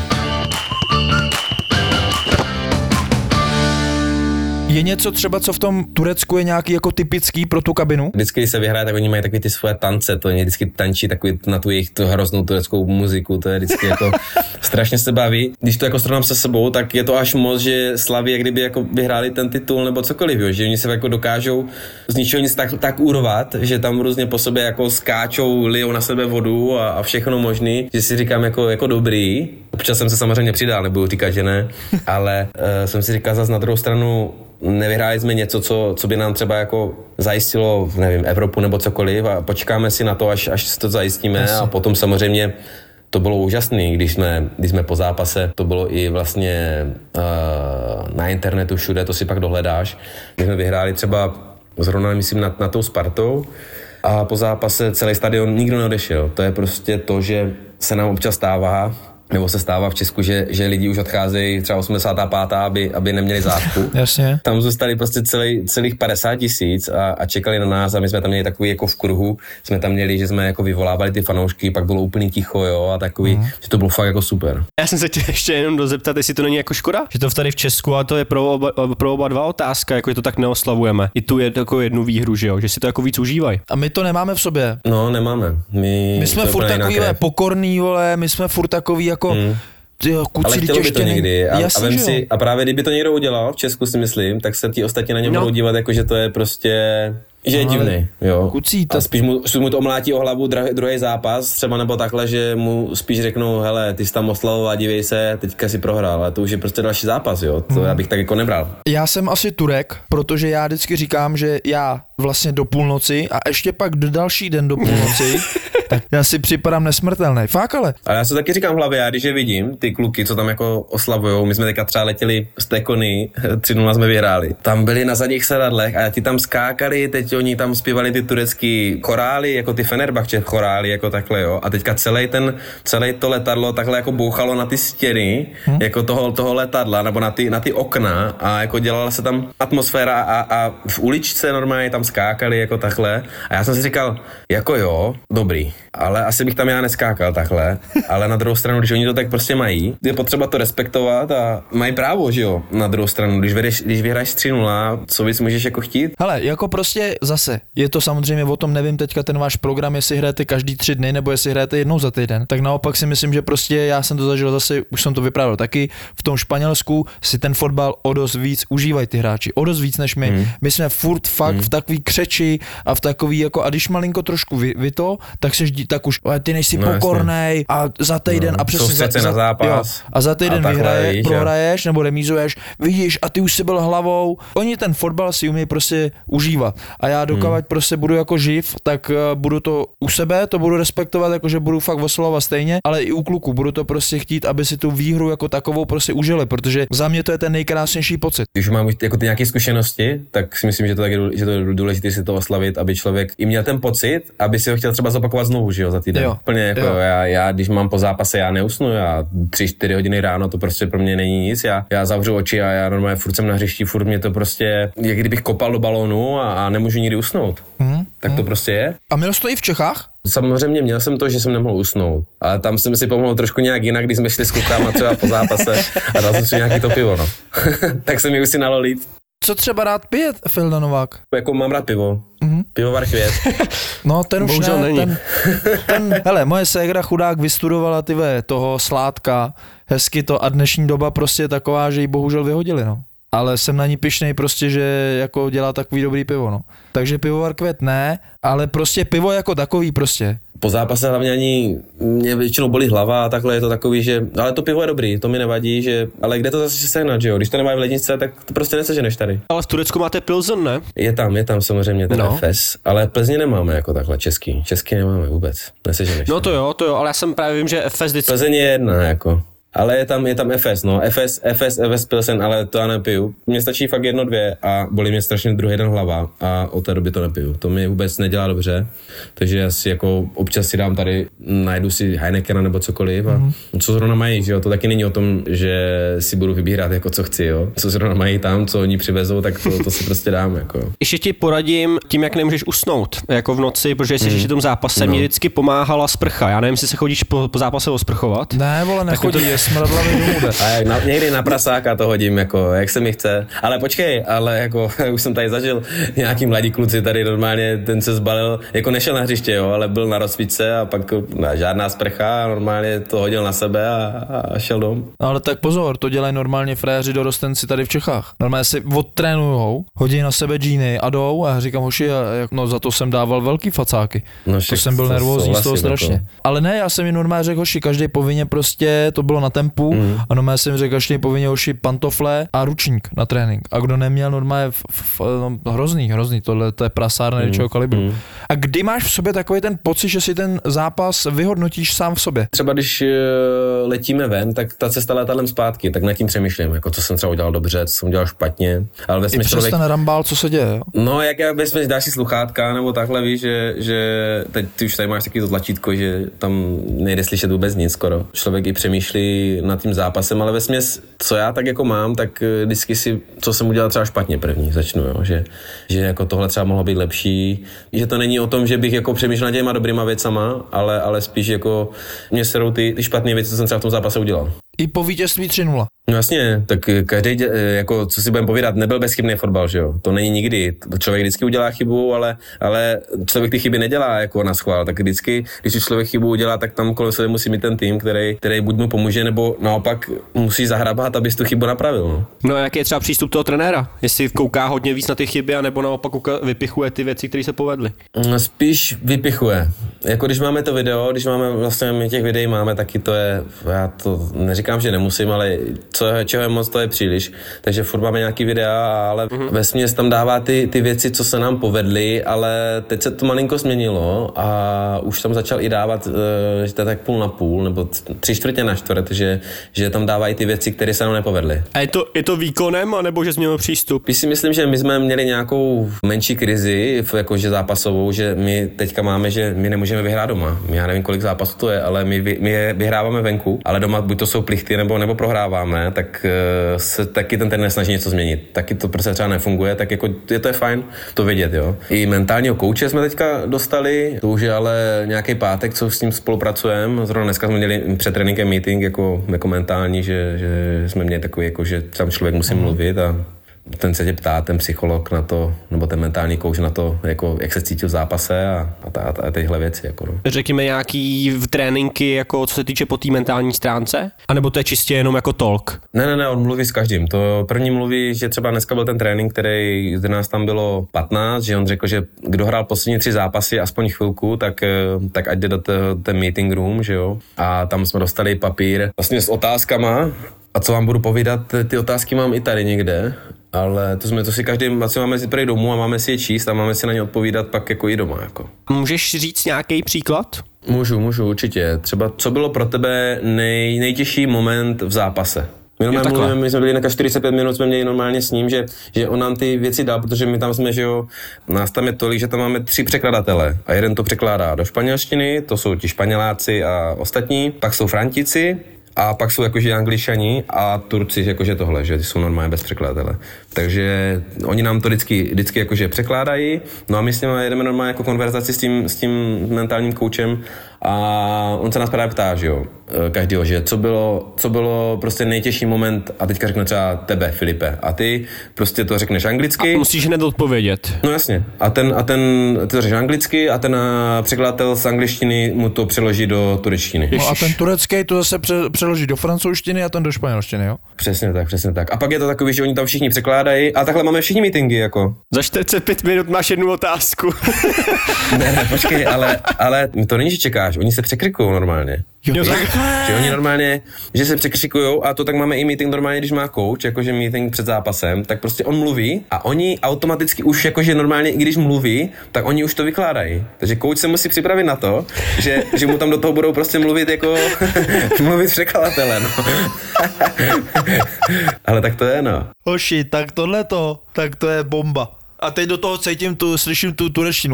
Je něco třeba, co v tom Turecku je nějaký jako typický pro tu kabinu? Vždycky, když se vyhraje, tak oni mají takový ty svoje tance, to oni vždycky tančí takový na tu jejich tu hroznou tureckou muziku, to je vždycky jako strašně se baví. Když to jako srovnám se sebou, tak je to až moc, že Slavii, jak kdyby jako vyhráli ten titul nebo cokoliv, jo, že oni se jako dokážou z ničeho nic tak, tak urvat, že tam různě po sobě jako skáčou, lijou na sebe vodu a, a všechno možný, že si říkám jako, jako dobrý. Občas jsem se samozřejmě přidal, nebudu říkat, že ne, ale uh, jsem si říkal zase na druhou stranu, nevyhráli jsme něco, co, co by nám třeba jako zajistilo, nevím, Evropu nebo cokoliv a počkáme si na to, až, až si to zajistíme. Asi. A potom samozřejmě to bylo úžasné, když jsme, když jsme po zápase, to bylo i vlastně uh, na internetu všude, to si pak dohledáš. My jsme vyhráli třeba zrovna, myslím, nad, nad tou Spartou a po zápase celý stadion nikdo neodešel. To je prostě to, že se nám občas stává, nebo se stává v Česku, že, že lidi už odcházejí třeba osmdesátá pátá aby, aby neměli závku. Jasně. Tam zůstali prostě celý, celých padesát tisíc a, a čekali na nás a my jsme tam měli takový jako v kruhu, jsme tam měli, že jsme jako vyvolávali ty fanoušky, pak bylo úplný ticho, jo, a takový, mm. že to bylo fakt jako super. Já jsem se chtěl ještě jenom dozeptat, jestli to není jako škoda, že to tady v Česku, a to je pro oba, pro oba dva otázka, jako že to tak neoslavujeme. I tu je takovou jednu výhru, že jo, že si to jako víc užívají. A my to nemáme v sobě. No, nemáme. My, My jsme furt takový pokorný, vole, my jsme furt takový jako... Hmm. Tyjo, kuci, ale chtělo by to někdy a, jasný, a, vem si, a právě kdyby to někdo udělal v Česku, si myslím, tak se ti ostatní na něm no. budou dívat jako, že to je prostě, že je no, divný, jo. Kucí, to... A spíš mu, spíš mu to omlátí o hlavu druhý zápas, třeba nebo takhle, že mu spíš řeknou, hele, ty jsi tam oslavoval, dívej se, teďka si prohrál, ale to už je prostě další zápas, jo, to hmm. já bych tak jako nebral. Já jsem asi Turek, protože já vždycky říkám, že já vlastně do půlnoci a ještě pak do další den do půlnoci, tak já si připadám nesmrtelný. Fakt ale. Ale já se taky říkám v hlavě, já když je vidím, ty kluky, co tam jako oslavujou, my jsme teďka třeba letěli z Tekony, tři nula jsme vyhráli. Tam byli na zadních sedadlech a ti tam skákali, teď oni tam zpívali ty turecký chorály, jako ty Fenerbahče chorály, jako takhle, jo. A teďka celý ten, celé to letadlo takhle jako bouchalo na ty stěny, hmm. jako toho, toho letadla, nebo na ty, na ty okna a jako dělala se tam atmosféra a, a v uličce normálně tam skákali jako takhle. A já jsem si říkal, jako jo, dobrý. Ale asi bych tam já neskákal takhle, ale na druhou stranu, když oni to tak prostě mají, je potřeba to respektovat a mají právo, že jo, na druhou stranu, když, vedeš, když vyhráš tři nula, co bys můžeš jako chtít? Hele, jako prostě zase, je to samozřejmě o tom, nevím teďka ten váš program, jestli hrajete každý tři dny, nebo jestli hrajete jednou za týden, tak naopak si myslím, že prostě já jsem to zažil zase, už jsem to vyprávěl taky, v tom Španělsku si ten fotbal o dost víc užívají ty hráči, o dost víc než my. Hmm. My jsme furt fakt hmm. v takový křeči a v takový jako, a když malinko trošku vy, vy to, tak seš tak už, ty nejsi no, pokornej a za týden no, a přesně za, na zápas, jo, a za týden vyhraješ, prohraješ nebo remízuješ, vidíš a ty už si byl hlavou. Oni ten fotbal si umějí prostě užívat. A já dokud hmm. prostě budu jako živ, tak uh, budu to u sebe, to budu respektovat, jakože budu fakt oslavovat stejně, ale i u kluků budu to prostě chtít, aby si tu výhru jako takovou prostě užili, protože za mě to je ten nejkrásnější pocit. Když mám jako ty nějaké zkušenosti, tak si myslím, že to, tak je, že to je důležité si to oslavit, aby člověk i měl ten pocit, aby si ho chtěl třeba zopakovat znovu, že jo, za týden. Plně jako jo. Já, já, když mám po zápase, já neusnu, já tři, čtyři hodiny ráno, to prostě pro mě není nic, já, já zavřu oči a já normálně furt jsem na hřišti, furt mě to prostě, jak kdybych kopal do balónu a, a nemůžu nikdy usnout. Hmm. Tak to prostě je. A měl jsi to i v Čechách? Samozřejmě měl jsem to, že jsem nemohl usnout, ale tam jsem si pomohl trošku nějak jinak, když jsme šli s klukama třeba po zápase a dal jsem si nějaký to pivo, no. Tak jsem mi už si nalil líp. Co třeba rád pije Filda Novák? Jako mám rád pivo. Mm-hmm. Pivovar Květ. No ten už bohužel ne, není. Ten, ten, hele, moje ségra chudák vystudovala tyve toho Sládka, hezky to a dnešní doba prostě je taková, že ji bohužel vyhodili, no. Ale jsem na ní pyšnej prostě, že jako dělá takový dobrý pivo, no. Takže Pivovar Květ ne, ale prostě pivo jako takový prostě. Po zápase hlavně ani mě většinou bolí hlava a takhle je to takový, že ale to pivo je dobrý, to mi nevadí, že ale kde to zase sehnat, že jo? Když to nemáš v ledničce, tak to prostě neseženeš tady. Ale v Turecku máte Pilsen, ne? Je tam, je tam samozřejmě ten no. F S, ale Plzně nemáme jako takhle český. Český nemáme vůbec, neseženeš. No to jo, to jo, ale já jsem právě vím, že F S vždycky... Plzeň je jedna jako. Ale je tam, je tam F S, no, F S, F S, F S Pilsen, ale to já nepiju. Mně stačí fakt jedno, dvě a bolí mě strašně druhý den hlava a od té doby to nepiju. To mi vůbec nedělá dobře, takže já si jako občas si dám tady, najdu si Heinekena nebo cokoliv a mm. co zrovna mají, že jo, to taky není o tom, že si budu vybírat jako co chci, jo. Co zrovna mají tam, co oni přivezou, tak to, to si prostě dám, jako. Ještě ti poradím tím, jak nemůžeš usnout, jako v noci, protože jsi mm. v tom zápase, no. Mě vždycky pomáhala sprcha, já nevím, jestli se chodíš po, po zápase osprchovat. Ne, vole, nechodí. Smradlavý domů jde. A jak na, někdy na prasáka to hodím, jako, jak se mi chce. Ale počkej, ale jako, už jsem tady zažil nějaký mladí kluci tady normálně, ten se zbalil, jako nešel na hřiště, jo, ale byl na rozcvičce a pak na, žádná sprcha a normálně to hodil na sebe a, a šel dom. No, ale tak pozor, to dělají normálně fréři dorostenci tady v Čechách. Normálně si odtrénujou, hodí na sebe džíny a jdou a já říkám, hoši, no za to jsem dával velký facáky. No, to jsem byl nervózní z toho strašně. Ale ne, já jsem jim normálně řekl, hoši, každý povinně prostě, to bylo na na tempu mm. a normálně jsem řekl, že povinně hoši pantofle a ručník na trénink. A kdo neměl normálně f, f, no, hrozný, hrozný, tohle to je prasárna mm. čeho kalibru. Mm. A kdy máš v sobě takový ten pocit, že si ten zápas vyhodnotíš sám v sobě? Třeba když letíme ven, tak ta cesta letadlem zpátky, tak nad tím přemýšlím, jako co jsem třeba udělal dobře, co jsem udělal špatně. Ale I přes člověk... ten rambál, co se děje, jo? No, jak já vesměs dáš si sluchátka, nebo takhle víš, že, že teď ty už tady máš taky to tlačítko, že tam nejde slyšet vůbec nic skoro. Člověk i přemýšlí nad tím zápasem, ale vesměs, co já tak jako mám, tak vždycky si, co jsem udělal třeba špatně první, začnu, jo? Že, že jako tohle třeba mohlo být lepší, že to není o tom, že bych jako přemýšlel nad těma dobrýma věcama, ale, ale spíš jako mě serou ty, ty špatné věci, co jsem třeba v tom zápase udělal. I po vítězství tři nula. No jasně, tak každý, jako co si budeme povídat, nebyl bezchybný fotbal, že jo? To není nikdy. Člověk vždycky udělá chybu, ale, ale člověk ty chyby nedělá jako na schvál. Tak vždycky, když si člověk chybu udělá, tak tam kolem sebe musí mít ten tým, který, který buď mu pomůže, nebo naopak musí zahrabat, abys tu chybu napravil. No, no a jaký je třeba přístup toho trenéra? Jestli kouká hodně víc na ty chyby, anebo naopak kouká, vypichuje ty věci, které se povedly? Spíš vypichuje. Jako když máme to video, když máme vlastně my těch videí máme, taky to je, já to neříkám, že nemusím, ale co je, čeho je moc, to je příliš. Takže furt máme nějaký videa, ale mm-hmm. vesměs tam dává ty, ty věci, co se nám povedly, ale teď se to malinko změnilo a už tam začal i dávat, že to je tak půl na půl, nebo tři čtvrtě na čtvrt, že, že tam dávají ty věci, které se nám nepovedly. A je to, je to výkonem, anebo že změnil přístup? Když si myslím, že my jsme měli nějakou menší krizi, jakože zápasovou, že my teďka máme, že my nemůžeme vyhrát doma. Já nevím, kolik zápasů to je, ale my, my je vyhráváme venku, ale doma buď to jsou plichty, nebo, nebo prohráváme, tak se taky ten trenér snaží něco změnit. Taky to prostě třeba nefunguje, tak jako je to je fajn to vidět, jo. I mentálního kouče jsme teďka dostali, to už je ale nějaký pátek, co s ním spolupracujeme. Zrovna dneska jsme měli před tréninkem meeting jako, jako mentální, že, že jsme měli takový, jako, že tam člověk musí mm. mluvit a ten se tě ptá, ten psycholog na to, nebo ten mentální kouč na to, jako, jak se cítil v zápase a, a, a, a tyhle věci. Jako, no. Řekněme nějaký tréninky, jako co se týče po té mentální stránce? A nebo to je čistě jenom jako talk? Ne, ne, ne, on mluví s každým. To první mluví, že třeba dneska byl ten trénink, který z nás tam bylo patnáct, že on řekl, že kdo hrál poslední tři zápasy, aspoň chvilku, tak, tak ať jde do ten meeting room, že jo. A tam jsme dostali papír vlastně s otázkama. A co vám budu povídat, ty otázky mám i tady někde. Ale to jsme to si každý, vlastně máme si prej domů a máme si je číst a máme si na ně odpovídat pak jako i doma. Jako. Můžeš říct nějaký příklad? Můžu, můžu, určitě. Třeba co bylo pro tebe nej, nejtěžší moment v zápase? My, normálně mluvíme, my jsme byli na čtyřicet pět minut, jsme měli normálně s ním, že, že on nám ty věci dal, protože my tam jsme, že jo, nás tam je tolik, že tam máme tři překladatele a jeden to překládá do španělštiny, to jsou ti Španěláci a ostatní, pak jsou Frantíci, a pak jsou jakože Angličani a Turci jakože tohle, že ty jsou normálně bez překladatele. Takže oni nám to vždycky, vždycky jakože překládají, no a my s nimi jedeme normálně jako konverzaci s tím, s tím mentálním koučem a on se nás právě ptá, že jo, každýho, že co bylo, co bylo prostě nejtěžší moment a teďka řekne třeba tebe, Filipe, a ty prostě to řekneš anglicky. A musíš hned odpovědět. No jasně. A ten, a ten ty to řekneš anglicky a ten překladatel z angličtiny mu to přeloží do turečtiny. No a ten turecký to zase pře- přeloží do francouzštiny a ten do španělštiny, jo? Přesně tak, přesně tak. A pak je to takový, že oni tam všichni překládají a takhle máme všichni meetingy, jako. Za čtyřicet pět minut máš jednu otázku. ne, ne, počkej, ale, ale to není, že čekáš, oni se překrikují normálně. Jo, že oni normálně, že se překřikujou a to tak máme i meeting normálně, když má coach, jakože meeting před zápasem, tak prostě on mluví a oni automaticky už jakože normálně, i když mluví, tak oni už to vykládají. Takže coach se musí připravit na to, že, že mu tam do toho budou prostě mluvit jako mluvit překladatelé, no. Ale tak to je, no. Hoši, tak tohleto, tak to je bomba. A teď do toho cítím tu, slyším tu turečtinu.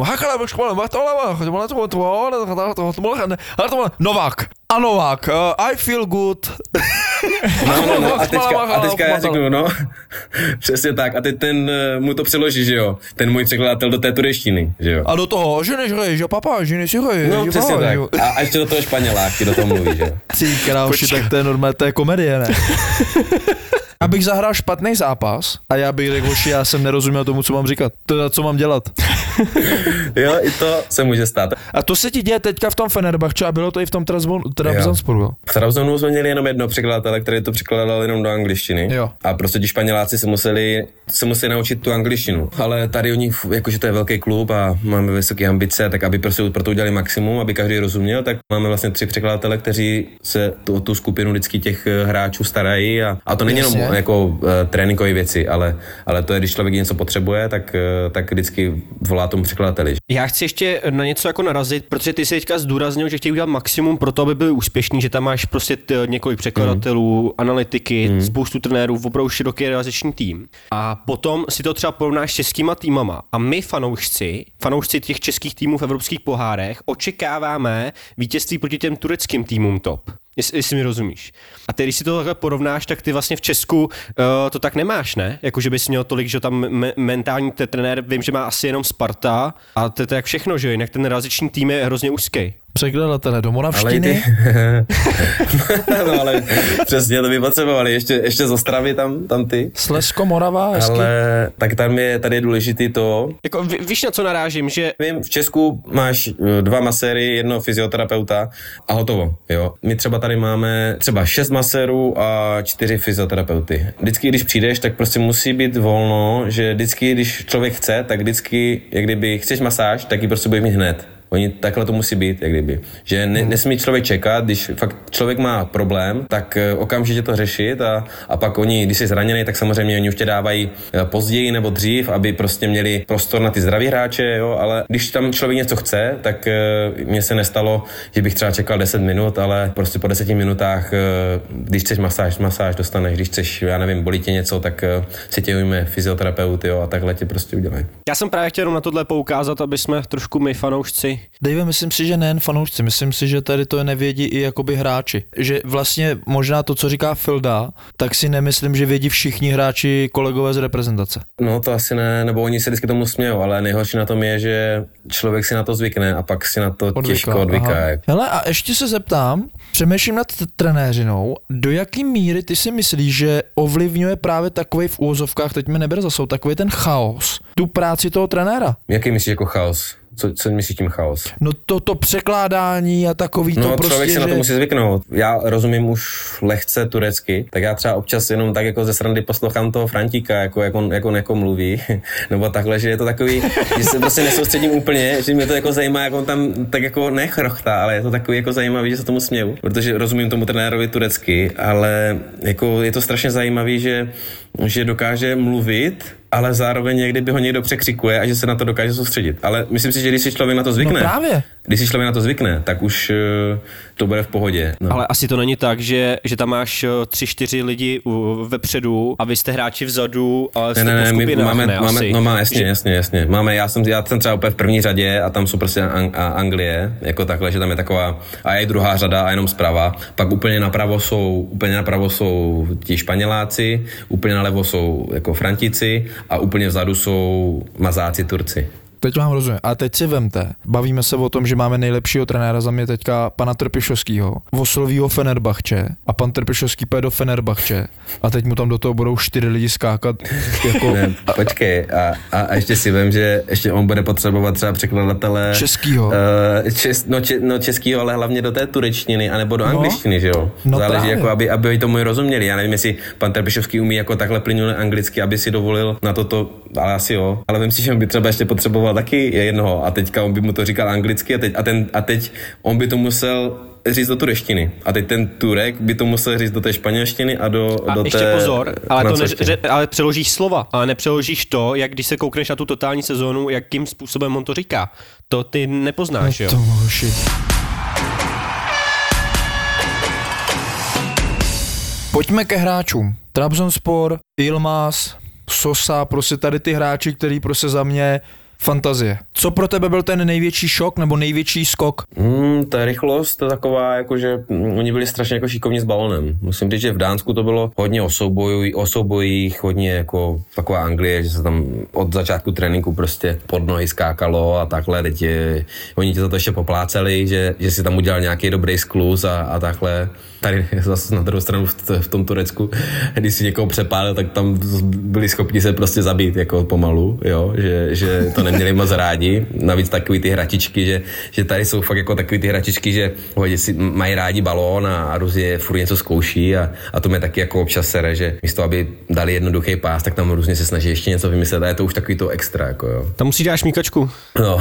Novák. A Novák. Uh, I feel good. No, no, no. A teďka, a teďka já řeknu, no. Přesně tak. A teď ten uh, mu to přeloží, že jo. Ten můj překladatel do té turečtiny, že jo. A do toho, že než hej, že papa, že než hej. No, přesně tak. A, a ještě do toho Španěláky do toho mluví, že jo. Ty krávoši, tak to je normálně, to je komedie, ne? Abych zahrál špatný zápas a já bych řekl, hoši, já jsem nerozuměl tomu, co mám říkat, teda co mám dělat. Jo, i to se může stát. A to se ti děje teďka v tom Fenerbahče a bylo to i v tom Trabzonsporu. V Trabzonu jsme měli jenom jedno překladatele, který to překladal jenom do angličtiny. Jo. A prostě ti Španěláci se museli, se museli naučit tu angličtinu. Ale tady oni, jakože to je velký klub a máme vysoké ambice, tak aby prostě pro to udělali maximum, aby každý rozuměl, tak máme vlastně tři překladatele, kteří se tu, tu skupinu vždycky těch hráčů starají a, a to není Jasně. jenom jako uh, tréninkové věci, ale, ale to je, když člověk něco potřebuje, tak, uh, tak vždycky volá tomu překladateli. Já chci ještě na něco jako narazit, protože ty si teďka zdůraznil, že chtějí udělat maximum pro to, aby byli úspěšní, že tam máš prostě t- několik překladatelů, mm. analytiky, mm. spoustu trenérů, opravdu široký realizační tým. A potom si to třeba porovnáš s českýma týmama. A my fanoušci, fanoušci těch českých týmů v evropských pohárech, očekáváme vítězství proti těm tureckým týmům top. Jestli, jestli mi rozumíš. A ty, když si to takhle porovnáš, tak ty vlastně v Česku uh, to tak nemáš, ne? Jako, že bys měl tolik, že tam me- mentální t- trenér, vím, že má asi jenom Sparta a to je tak všechno, že jinak ten realizační tým je hrozně úzký. Překladatele do moravštiny. Ale no ale přesně to by potřebovali, ještě, ještě z Ostravy tam, tam ty. Slezsko, Morava, hezky. Ale tak tam je, tady je důležitý to. Jako, ví, víš, na co narážím, že... Vím, v Česku máš dva maséry, jedno fyzioterapeuta a hotovo, jo. My třeba tady máme třeba šest masérů a čtyři fyzioterapeuty. Vždycky, když přijdeš, tak prostě musí být volno, že vždycky, když člověk chce, tak vždycky, jak kdyby chceš masáž, tak ji prostě budeš mít hned. Oni takhle to musí být, jak kdyby. Že ne, nesmí člověk čekat, když fakt člověk má problém, tak okamžitě to řešit a, a pak oni, když jsi zraněný, tak samozřejmě oni už tě dávají později nebo dřív, aby prostě měli prostor na ty zdraví hráče, jo, ale když tam člověk něco chce, tak mně se nestalo, že bych třeba čekal deset minut, ale prostě po deseti minutách, když chceš masáž, masáž dostaneš, když chceš, já nevím, bolí tě něco, tak si tě ujme fyzioterapeut, jo, a takhle tě prostě udělají. Já jsem právě chtěl jenom na tohle poukázat, aby jsme trošku my fanoušci. Dave, myslím si, že nejen fanoušci, myslím si, že tady to nevědí i jakoby hráči. Že vlastně možná to, co říká Filda, tak si nemyslím, že vědí všichni hráči, kolegové z reprezentace. No to asi ne, nebo oni se vždycky tomu smějou, ale nejhorší na tom je, že člověk si na to zvykne a pak si na to Odvyká, těžko odvyká. aha. Hele, a ještě se zeptám, přemýšlím nad t- trenéřinou, do jaký míry ty si myslíš, že ovlivňuje právě takový v úvozovkách, teď mi neber za svou, takový ten chaos, tu práci toho trenéra? Jaký myslíš jako chaos? Co, co myslíš tím chaos? No to, to překládání a takový no, to prostě, člověk si že... na to musí zvyknout. Já rozumím už lehce turecky, tak já třeba občas jenom tak jako ze srandy poslouchám toho Frantíka, jako, jak, on, jak on jako mluví, nebo takhle, že je to takový, že se prostě nesoustředím úplně, že mě to jako zajímá, jak on tam tak jako nechrochtá, ale je to takový jako zajímavý, že se tomu směju, protože rozumím tomu trenérovi turecky, ale jako je to strašně zajímavý, že, že dokáže mluvit, ale zároveň někdy by ho někdo překřikuje a že se na to dokáže soustředit. Ale myslím si, že když si člověk na to zvykne, No právě. když si člověk na to zvykne, tak už uh, to bude v pohodě. No. Ale asi to není tak, že, že tam máš uh, tři, čtyři lidi uh, vepředu a vy jste hráči vzadu, ale jste ne, ne, po ne, my skupinách, máme, ne, máme, asi. no má, jasně, že... jasně, jasně. Máme, já jsem, já jsem třeba úplně v první řadě a tam jsou prostě Ang- a Anglie, jako takhle, že tam je taková, a je druhá řada a jenom zprava. Pak úplně napravo jsou, úplně napravo jsou ti Španěláci, úplně nalevo jsou jako Frantíci a úplně vzadu jsou Mazáci, Turci. Teď vám rozumím. A teď si vemte, bavíme se o tom, že máme nejlepšího trenéra za mě teďka pana Trpišovskýho, osloví ho Fenerbahče a pan Trpišovský půjde do Fenerbahče a teď mu tam do toho budou čtyři lidi skákat. Jako... Ne, počkej, a, a, a ještě si vem, že ještě on bude potřebovat třeba překladatele Českýho. Uh, čes, no, če, no českýho, ale hlavně do té turečtiny, anebo do angličtiny, že jo? No Záleží, právě. jako, aby, aby tomu rozuměli. Já nevím, jestli pan Trpišovský umí jako takhle plynule anglicky, aby si dovolil na toto, ale asi jo. Ale vím si, že on by třeba ještě potřeboval taky jednoho a teďka on by mu to říkal anglicky a teď, a ten, a teď on by to musel říct do tureštiny. A teď ten Turek by to musel říct do té španělštiny a do, A do ještě té pozor, ale, to ne, francouzštiny. že, ale přeložíš slova, ale nepřeložíš to, jak když se koukneš na tu totální sezónu, jakým způsobem on to říká. To ty nepoznáš, jo? To moši. Pojďme ke hráčům. Trabzonspor, Yilmaz, Sosa, prostě tady ty hráči, který prostě za mě fantazie. Co pro tebe byl ten největší šok nebo největší skok? Hmm, ta rychlost je taková, jakože mm, oni byli strašně jako šikovní s balonem. Musím říct, že v Dánsku to bylo hodně o, souboju, o soubojích, hodně jako taková Anglie, že se tam od začátku tréninku prostě pod nohy skákalo a takhle. Teď je, oni ti za to ještě popláceli, že, že si tam udělal nějaký dobrý skluz a, a takhle. Tady zase na druhou stranu v, v tom Turecku, když si někoho přepálil, tak tam byli schopni se prostě zabít jako pomalu, jo, že, že to neměli moc rádi. Navíc takový ty hračičky, že, že tady jsou fakt jako takový ty hračičky, že hodně si mají rádi balón a, a různě furt něco zkouší a, a to mě taky jako občas sere, že místo, aby dali jednoduchý pás, tak tam různě se snaží ještě něco vymyslet a je to už takový to extra, jako jo. Tam musíš dát šmíkačku. No,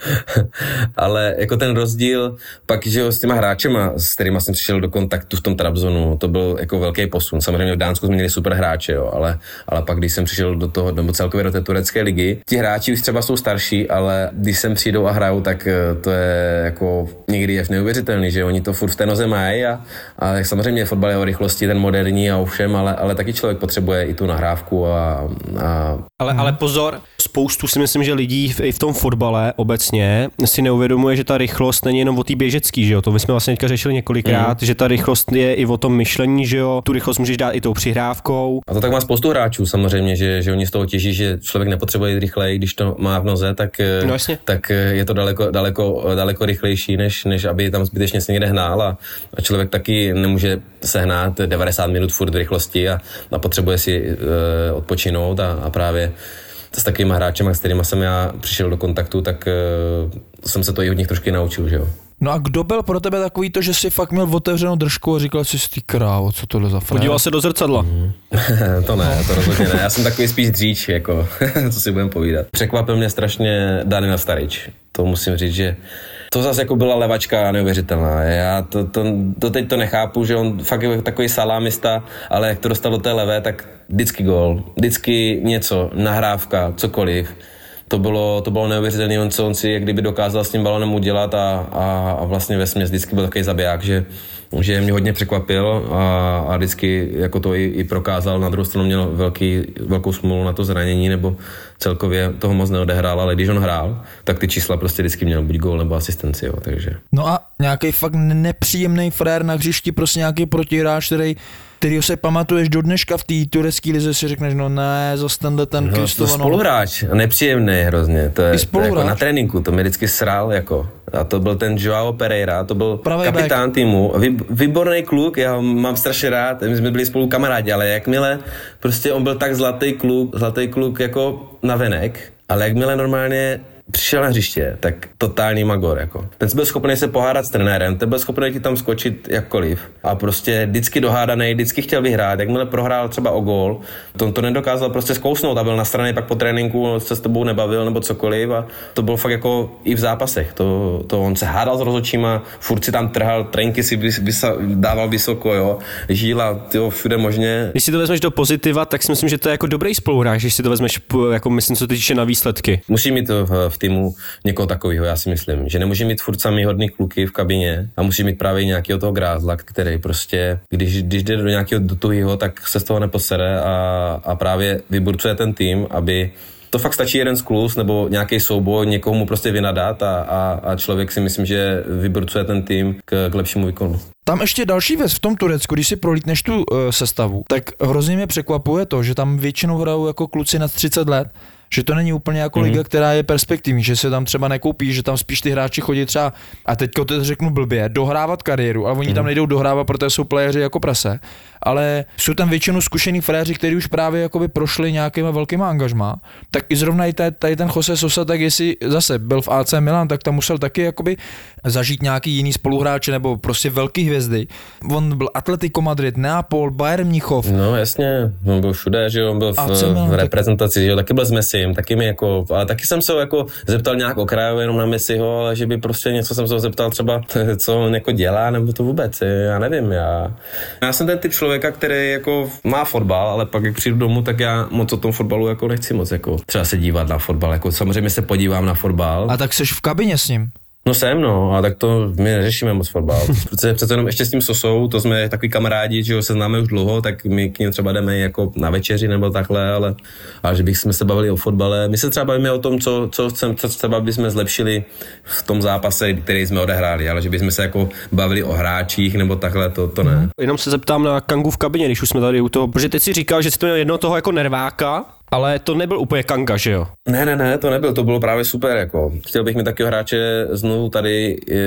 ale jako ten rozdíl pak, že jo, s těma hráčema, s kterýma jsem přišel do kontaktu v tom Trabzonu, to byl jako velký posun. Samozřejmě v Dánsku jsme měli super hráče, jo, ale, ale pak, když jsem přišel do toho, nebo celkově do té turecké ligy, ti hráči už třeba jsou starší, ale když sem přijdou a hrajou, tak to je jako někdy až neuvěřitelný, že oni to furt v té noze mají a, a samozřejmě fotbal je o rychlosti, ten moderní a ovšem, ale, ale taky člověk potřebuje i tu nahrávku a, a... Ale, ale pozor, spoustu si myslím, že lidí v, i v tom fotbale obecně si neuvědomuje, že ta rychlost není jenom o té běžecký, že jo, to my jsme vlastně teďka řešili několikrát, mm. že ta rychlost je i o tom myšlení, že jo, tu rychlost můžeš dát i tou přihrávkou. A to tak má spoustu hráčů samozřejmě, že, že oni z toho těží, že člověk nepotřebuje jít rychleji, když to má v noze, tak, no, tak je to daleko, daleko, daleko rychlejší, než, než aby tam zbytečně se někde hnál a, a člověk taky nemůže sehnat devadesát minut furt v rychlosti a, a potřebuje si e, odpočinout a, a právě s takovými hráčemi, s kterými jsem já přišel do kontaktu, tak e, jsem se to i od nich trošku naučil, že jo. No a kdo byl pro tebe takový to, že jsi fakt měl otevřenou držku a říkal jsi ty krávo, co tohle za frajer? Podíval se do zrcadla. Mm. To ne, to rozhodně ne. Já jsem takový spíš dříč, jako, co si budem povídat. Překvapil mě strašně Danilo Starič. To musím říct, že to zase jako byla levačka neuvěřitelná. Já to, to, to teď to nechápu, že on fakt je takový salámista, ale jak to dostal do té levé, tak vždycky gól, vždycky něco, nahrávka, cokoliv. To bylo, to bylo neuvěřitelné, on co on si jak kdyby dokázal s tím balonem udělat a, a, a vlastně vesměs vždycky byl takový zabiják, že, že mě hodně překvapil a, a vždycky jako to i, i prokázal. Na druhou stranu měl velký, velkou smůlu na to zranění, nebo celkově toho moc neodehrál, ale když on hrál, tak ty čísla prostě vždycky měl buď gól nebo asistenci, jo, takže. No a nějaký fakt nepříjemný frér na hřišti, prostě nějaký protihráč, který kterýho se pamatuješ do dneška v té turecké lize, si řekneš, no ne, zase tenhle ten no, Kristovanov. To spoluhráč, nepříjemný hrozně, to je, to je jako na tréninku, to mě vždycky sral, jako. A to byl ten Joao Pereira, to byl Pravý kapitán back. Týmu, Vy, výborný kluk, já ho mám strašně rád, my jsme byli spolu kamarádi, ale jakmile, prostě on byl tak zlatý kluk, zlatý kluk jako navenek, ale jakmile normálně přišel na hřiště, tak totální magor, jako. Ten byl schopný se pohádat s trenérem, ten byl schopný ti tam skočit jakkoliv a prostě vždycky dohádaný, vždycky chtěl vyhrát, jakmile prohrál třeba o gól, to, to nedokázal prostě zkousnout a byl na straně pak po tréninku, se s tebou nebavil nebo cokoliv a to bylo fakt jako i v zápasech, to, to on se hádal s rozhodčíma, furt si tam trhal, trenky si vys, vys, dával vysoko, jo, žíla, tyjo, všude možně. Když si to vezmeš do pozitiva, tak si myslím, že to je jako dobrý spoluhráč, když si to vezmeš, jako myslím, co týče na výsledky. Musí mít to v, v týmu někoho takového, já si myslím, že nemůže mít furt samý hodný kluky v kabině a musí mít právě nějakého toho grázla, který prostě, když, když jde do nějakého do tuhýho, tak se z toho neposere a, a právě vyburcuje ten tým, aby to fakt stačí jeden skluz nebo nějaký souboj, někomu mu prostě vynadat a, a, a člověk si myslím, že vyburcuje ten tým k, k lepšímu výkonu. Tam ještě další věc v tom Turecku, když si prolítneš tu uh, sestavu, tak hrozně mě překvapuje to, že tam většinou hrajou jako kluci nad třicet let, že to není úplně jako mm-hmm. liga, která je perspektivní, že se tam třeba nekoupí, že tam spíš ty hráči chodí třeba, a teďko to řeknu blbě, dohrávat kariéru, ale oni mm-hmm. tam nejdou dohrávat, protože jsou playeři jako prase, ale jsou tam většinou zkušený fréři, kteří už právě jakoby prošli nějakýma velkýma angažmá, tak i zrovna i tady, tady ten Jose Sosa, tak jestli zase byl v A C Milan, tak tam musel taky jakoby zažít nějaký jiný spoluhráče nebo prostě velký hvězdy. On byl Atletico Madrid, Neapol, Bayern Mnichov. No jasně, on byl všude, že on byl v, v reprezentaci, že taky byl s Messim, taky mi jako, ale taky jsem se jako zeptal nějak okrajově jenom na Messiho, ale že by prostě něco jsem se zeptal třeba, co on jako dělá, nebo to vůbec, já nevím, já. Já jsem ten typ člověka, který jako má fotbal, ale pak jak přijdu domů, tak já moc o tom fotbalu jako nechci moc jako třeba se dívat na fotbal, jako samozřejmě se podívám na fotbal. A tak seš v kabině s ním? No jsem, no, a tak to my neřešíme moc fotbal, protože přece jenom ještě s tím Sosou, to jsme takový kamarádi, že ho se známe už dlouho, tak my k ním třeba jdeme jako na večeři nebo takhle, ale, ale že bychom se bavili o fotbale. My se třeba bavíme o tom, co, co, chcem, co třeba bychom zlepšili v tom zápase, který jsme odehráli, ale že bychom se jako bavili o hráčích nebo takhle, to, to ne. Jenom se zeptám na Kangu v kabině, když už jsme tady u toho, protože teď si říkal, že jsi to měl jednoho toho jako nerváka, ale to nebyl úplně Kanga, že jo? Ne, ne, ne, to nebyl, to bylo právě super, jako. Chtěl bych mít takového hráče znovu tady e,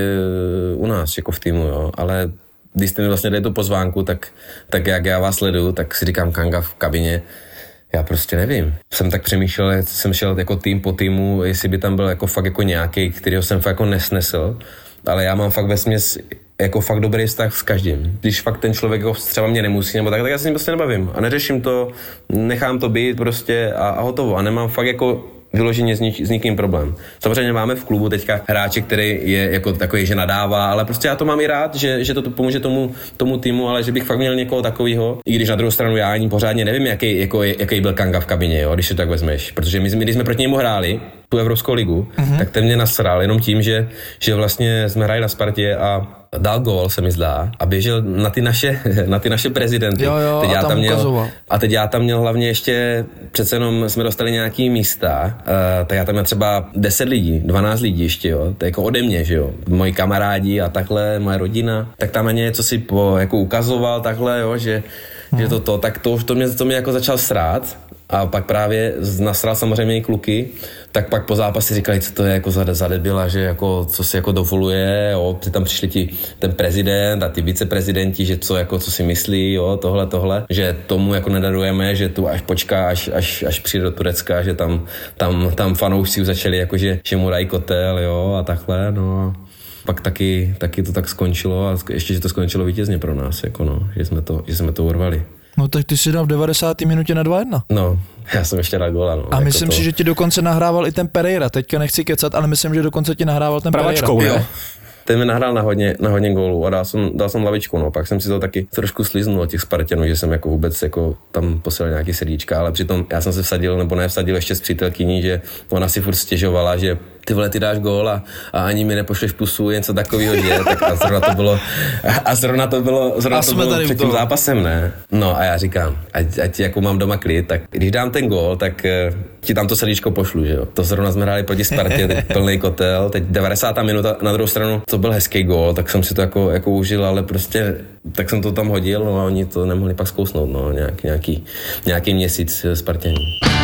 u nás, jako v týmu, jo, ale když jste mi vlastně dali tu pozvánku, tak, tak jak já vás sleduju, tak si říkám Kanga v kabině, Já prostě nevím. Jsem tak přemýšlel, jsem šel jako tým po týmu, jestli by tam byl jako fakt jako nějaký, kterýho jsem fakt jako nesnesl, ale já mám fakt vesměs jako fakt dobrý vztah s každým. Když fakt ten člověk ho třeba mě nemusí, nebo tak, tak já se s ním prostě nebavím a neřeším to, nechám to být prostě a, a hotovo a nemám fakt jako vyloženě s, nik, s nikým problém. Samozřejmě máme v klubu teďka hráče, který je jako takový, že nadává, ale prostě já to mám i rád, že, že to pomůže tomu, tomu týmu, ale že bych fakt měl někoho takového. I když na druhou stranu já ani pořádně nevím, jaký, jako, jaký byl Kanga v kabině, jo, když to tak vezmeš. Protože my, když jsme proti němu hráli, tu Evropskou ligu, mm-hmm. tak ten mě nasral jenom tím, že, že vlastně jsme hráli na Spartě a dal gól, se mi zdá, a běžel na ty naše, na ty naše prezidenty. Jo, jo, teď a já tam, tam měl, ukazoval. a teď já tam měl hlavně ještě, přece jenom jsme dostali nějaký místa, uh, tak já tam měl třeba deset lidí, dvanáct lidí ještě, jo, to je jako ode mě, že jo, moji kamarádi a takhle, moje rodina, tak tam mě něco si po, jako ukazoval takhle, jo, že, hmm. že to to, tak to, to mě, to mě jako začal srát. A pak právě nasral samozřejmě i kluky, tak pak po zápase říkali, co to je jako za, za debila, že jako, co si jako dovoluje, jo, tam přišli ti ten prezident a ty viceprezidenti, že co, jako, co si myslí, jo, tohle, tohle, že tomu jako nedarujeme, že tu až počká, až, až, až přijde do Turecka, že tam, tam, tam fanoušci začali jako, že, že mu dají kotel, jo, a takhle, no. Pak taky, taky to tak skončilo a ještě, že to skončilo vítězně pro nás, jako no, že jsme to, že jsme to urvali. No tak ty si dal v devadesáté minutě na dva jedna. No, já jsem ještě dal góla, no. A jako myslím to... si, že ti dokonce nahrával i ten Pereira. Teďka nechci kecat, ale myslím, že dokonce ti nahrával ten Pravačkou, Pereira. ne? Ten mi nahrál na hodně, na hodně gólů a dal jsem, dal jsem lavičku, no. Pak jsem si to taky trošku sliznul od těch Spartanů, že jsem jako vůbec jako tam posílal nějaký srdíčka, ale přitom já jsem se vsadil, nebo nevsadil ještě s přítelkyní, že ona si furt stěžovala, že ty vole, ty dáš gól a, a ani mi nepošleš plusu, něco takového, že? Tak a zrovna to bylo, a zrovna to bylo, zrovna A to jsme bylo tady před tím zápasem, ne? No a já říkám, ať, ať jako mám doma klid, tak když dám ten gól, tak uh, ti tam to srdíčko pošlu, že jo? To zrovna jsme hráli proti Spartě, teď plný kotel, teď devadesátá minuta, na druhou stranu, to byl hezký gól, tak jsem si to jako, jako užil, ale prostě, tak jsem to tam hodil, no a oni to nemohli pak zkousnout, no, nějak, nějaký, nějaký měsíc Spartění.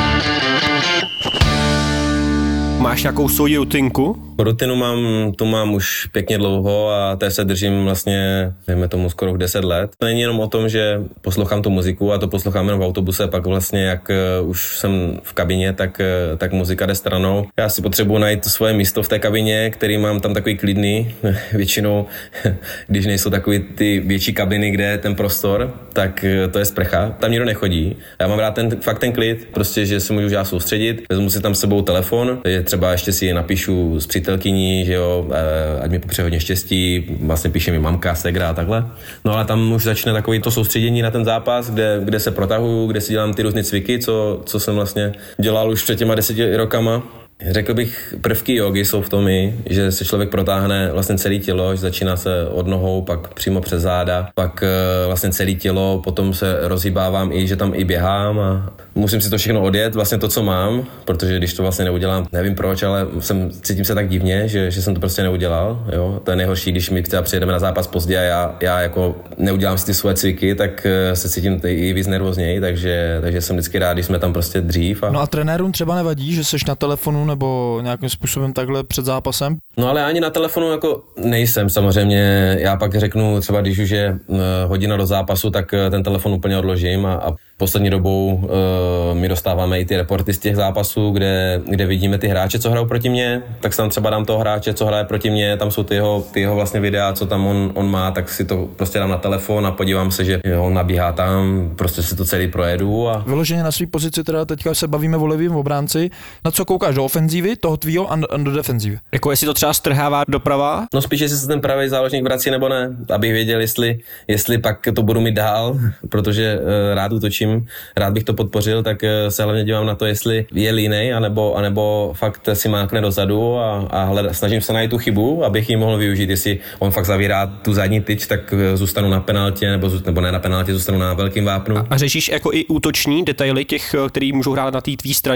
Máš nějakou svoji rutinku? Rutinu mám, tu mám už pěkně dlouho a té se držím vlastně, dejme tomu skoro deset let. To není jenom o tom, že poslouchám tu muziku a to poslouchám jenom v autobuse, pak vlastně jak uh, už jsem v kabině, tak, uh, tak muzika jde stranou. Já si potřebuji najít to svoje místo v té kabině, který mám tam takový klidný, většinou, když nejsou takový ty větší kabiny, kde je ten prostor, tak uh, to je sprcha, tam nikdo nechodí. Já mám rád ten, fakt ten klid, prostě, že se můžu já soustředit, vezmu si tam s sebou telefon, je třeba ještě si napíšu s přítelkyní, že jo, ať mi popřeje hodně štěstí, vlastně píše mi mamka, segra a takhle. No ale tam už začne takový to soustředění na ten zápas, kde, kde se protahuju, kde si dělám ty různé cviky, co, co jsem vlastně dělal už před těma deseti rokama. Řekl bych, prvky jogy jsou v tom i, že se člověk protáhne vlastně celé tělo, že začíná se od nohou, pak přímo přes záda, pak vlastně celé tělo, potom se rozhýbávám i, že tam i běhám a musím si to všechno odjet, vlastně to, co mám, protože když to vlastně neudělám, nevím proč, ale jsem, cítím se tak divně, že, že jsem to prostě neudělal, jo. To je nejhorší, když my třeba přijedeme na zápas pozdě a já, já jako neudělám si ty svoje cviky, tak se cítím i víc nervózněji, takže, takže jsem vždycky rád, když jsme tam prostě dřív. A... No a trenérům třeba nevadí, že seš na telefonu nebo nějakým způsobem takhle před zápasem? No ale ani na telefonu jako nejsem samozřejmě, já pak řeknu třeba, když už je hodina do zápasu, tak ten telefon úplně odložím a, a poslední dobou uh, my dostáváme i ty reporty z těch zápasů, kde, kde vidíme ty hráče, co hrajou proti mně, tak tam třeba dám toho hráče, co hraje proti mně, tam jsou ty jeho, ty jeho vlastně videa, co tam on, on má, tak si to prostě dám na telefon a podívám se, že jo, on nabíhá tam, prostě si to celý projedu. A... Vyloženě na své pozici teda teďka se bavíme o levým obránci. Na co koukáš, do ofenzívy, toho tvýho a do defenzívy? Jako jestli to třeba strhává doprava? No spíš, jestli se ten pravý záložník vrací nebo ne, abych věděl, jestli, jestli pak to budu mít dál, protože uh, rád útočím, rád bych to podpořil, tak uh, se hlavně dívám na to, jestli je línej, anebo, anebo fakt si mákne dozadu a, a hled, snažím se najít tu chybu, abych ji mohl využít. Jestli on fakt zavírá tu zadní tyč, tak uh, zůstanu na penaltě, nebo, nebo ne na penaltě, zůstanu na velkým vápnu. A, a řešíš jako i útoční detaily těch, který můžou hrát na té tvý straně?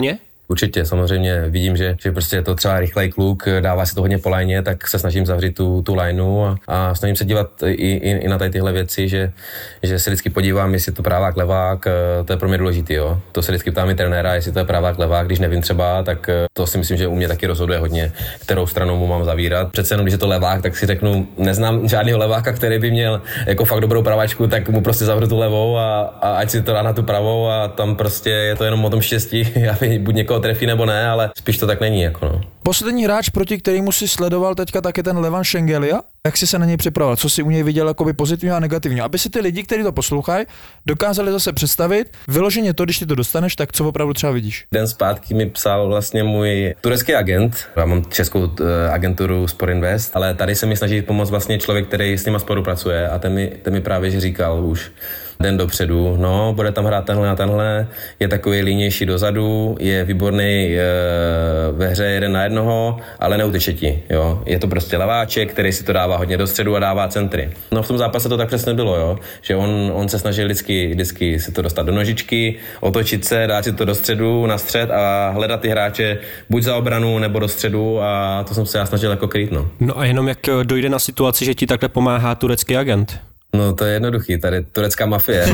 Určitě, samozřejmě vidím, že, že prostě je to třeba rychlej kluk, dává si to hodně po lajně, tak se snažím zavřít tu, tu lajnu a, a snažím se dívat i, i, i na tady tyhle věci, že, že se vždycky podívám, jestli je to právák, levák, to je pro mě důležitý, jo. To se vždycky ptám i trenéra, jestli to je právák, levák, když nevím třeba, tak to si myslím, že u mě taky rozhoduje hodně, kterou stranou mu mám zavírat. Přece jenom, když je to levák, tak si řeknu, neznám žádného leváka, který by měl jako fakt dobrou pravačku, tak mu prostě zavřu tu levou a, a ať si to dá na tu pravou a tam prostě je to jenom o tom štěstí, aby buď někoho trefí nebo ne, ale spíš to tak není, jako no. Poslední hráč, proti kterému si sledoval teďka, tak je ten Levan Šengelia. Jak jsi se na něj připravoval? Co si u něj viděl jakoby pozitivně a negativně? Aby si ty lidi, kteří to poslouchají, dokázali zase představit, vyloženě to, když ty to dostaneš, tak co opravdu třeba vidíš? Den zpátky mi psal vlastně můj turecký agent, já mám českou agenturu Sport Invest, ale tady se mi snaží pomoct vlastně člověk, který s nima spolupracuje a ten mi, ten mi právě že říkal už den dopředu, no, bude tam hrát tenhle a tenhle, je takový línější dozadu, je výborný e, ve hře jeden na jednoho, ale neuteče ti, jo. Je to prostě leváček, který si to dává hodně do středu a dává centry. No v tom zápase to tak přesně bylo, jo, že on, on se snažil vždycky, vždycky si to dostat do nožičky, otočit se, dát si to do středu, na střed a hledat ty hráče buď za obranu nebo do středu a to jsem se já snažil jako kryt, no. No a jenom jak dojde na situaci, že ti takhle pomáhá turecký agent? No to je jednoduchý, tady turecká mafie.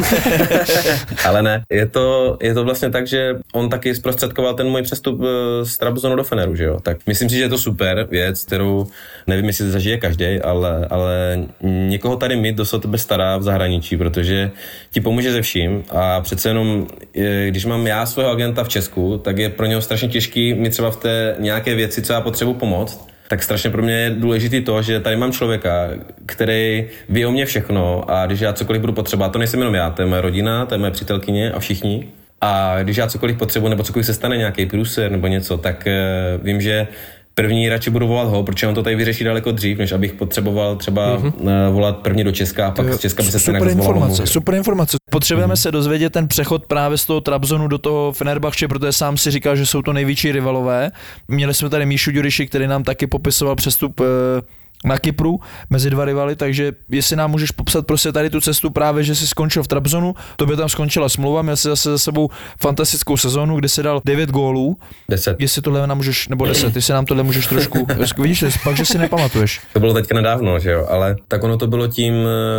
Ale ne, je to, je to vlastně tak, že on taky zprostředkoval ten můj přestup z Trabzonu do Feneru, že jo. Tak myslím si, že je to super věc, kterou nevím, jestli zažije každý, ale, ale někoho tady mít, kdo se o tebe stará v zahraničí, protože ti pomůže ze vším a přece jenom, když mám já svého agenta v Česku, tak je pro něho strašně těžký mít třeba v té nějaké věci, co já potřebuji pomoct. Tak strašně pro mě je důležitý to, že tady mám člověka, který ví o mě všechno a když já cokoliv budu potřebovat, to nejsem jenom já, to je moje rodina, to je moje přítelkyně a všichni. A když já cokoliv potřebuji nebo cokoliv se stane, nějaký průser nebo něco, tak uh, vím, že první radši budu volat ho, protože on to tady vyřeší daleko dřív, než abych potřeboval třeba mm-hmm. volat první do Česka a pak z Česka by se super informace, super informace. Potřebujeme mm-hmm. se dozvědět ten přechod právě z toho Trabzonu do toho Fenerbahče, protože sám si říkal, že jsou to největší rivalové. Měli jsme tady Míšu Ďuriši, který nám taky popisoval přestup na Kypru mezi dva rivaly, takže jestli nám můžeš popsat prostě tady tu cestu právě, že jsi skončil v Trabzonu, to by tam skončila smlouva, měl jsi zase za sebou fantastickou sezónu, kde jsi dal devět gólů. deset. Jestli tohle nám můžeš, nebo deset, jestli nám tohle můžeš trošku, vidíš, pak, že si nepamatuješ. To bylo teďka nedávno, že jo, ale tak ono to bylo tím,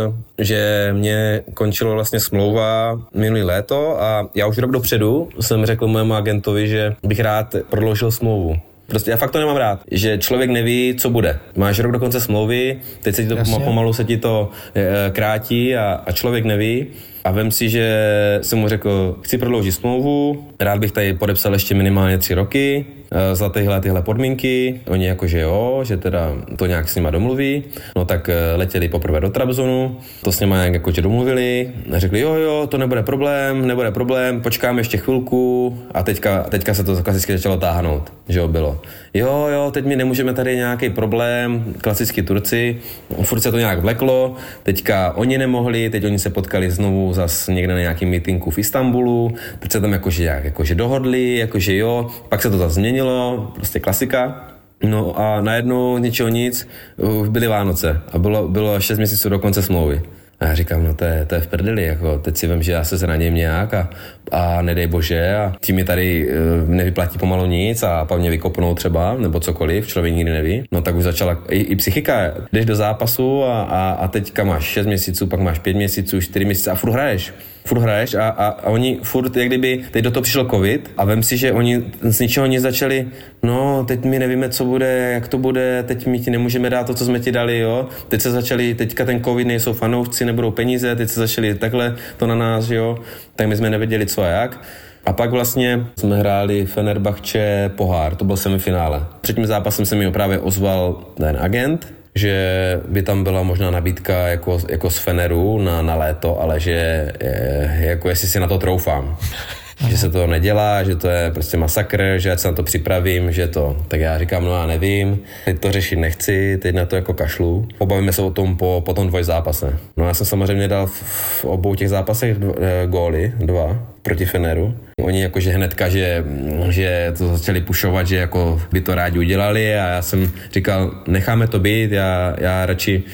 že mě končilo vlastně smlouva minulý léto a já už rok dopředu jsem řekl mému agentovi, že bych rád prodloužil smlouvu. Prostě já fakt to nemám rád, že člověk neví, co bude. Máš rok do konce smlouvy, teď se ti to Jasně. pomalu se ti to e, krátí a, a člověk neví. A vem si, že jsem mu řekl, chci prodloužit smlouvu, rád bych tady podepsal ještě minimálně tři roky za tyhle, tyhle podmínky. Oni jakože jo, že teda to nějak s nima domluví. No tak letěli poprvé do Trabzonu, to s nima nějak jakože domluvili. A řekli jo, jo, to nebude problém, nebude problém, počkáme ještě chvilku. A teďka, teďka se to klasicky začalo táhnout, že jo, bylo. Jo, jo, teď my nemůžeme tady nějaký problém, klasicky Turci, furt se to nějak vleklo, teďka oni nemohli, teď oni se potkali znovu zas někde na nějakým meetinku v Istanbulu, teď se tam jakože, jakože dohodli, jakože jo, pak se to zase změnilo, prostě klasika. No a najednou ničeho nic, už byly Vánoce a bylo, bylo šest měsíců do konce smlouvy. A já říkám, no to je, to je v prdeli, jako teď si vím, že já se zraním nějak a, a nedej bože a ti mi tady e, nevyplatí pomalu nic a pak mě vykopnou třeba, nebo cokoliv, člověk nikdy neví. No tak už začala i, i psychika, jdeš do zápasu a, a, a teďka máš šest měsíců, pak máš pět měsíců, čtyři měsíce a furt hraješ. Furt hraješ a, a, a oni furt, jak kdyby, teď do toho přišel covid a vem si, že oni z ničeho nic začali, no teď my nevíme, co bude, jak to bude, teď my ti nemůžeme dát to, co jsme ti dali, jo. Teď se začali, teďka ten covid, nejsou fanoušci, nebudou peníze, teď se začali takhle to na nás, jo. Tak my jsme nevěděli, co a jak. A pak vlastně jsme hráli Fenerbahče pohár, to byl semifinále. Třetím zápasem se mi právě ozval ten agent, že by tam byla možná nabídka jako, jako z Feneru na, na léto, ale že je, jako jestli si na to troufám. Že se to nedělá, že to je prostě masakr, že já se na to připravím, že to, tak já říkám, no já nevím, teď to řešit nechci, teď na to jako kašlu. Pobavíme se o tom po, po tom dvojzápase. No já jsem samozřejmě dal v, v obou těch zápasech dv, góly, dva, proti Feneru. Oni jakože hnedka, že, že to začali pušovat, že jako by to rádi udělali a já jsem říkal, necháme to být, já, já radši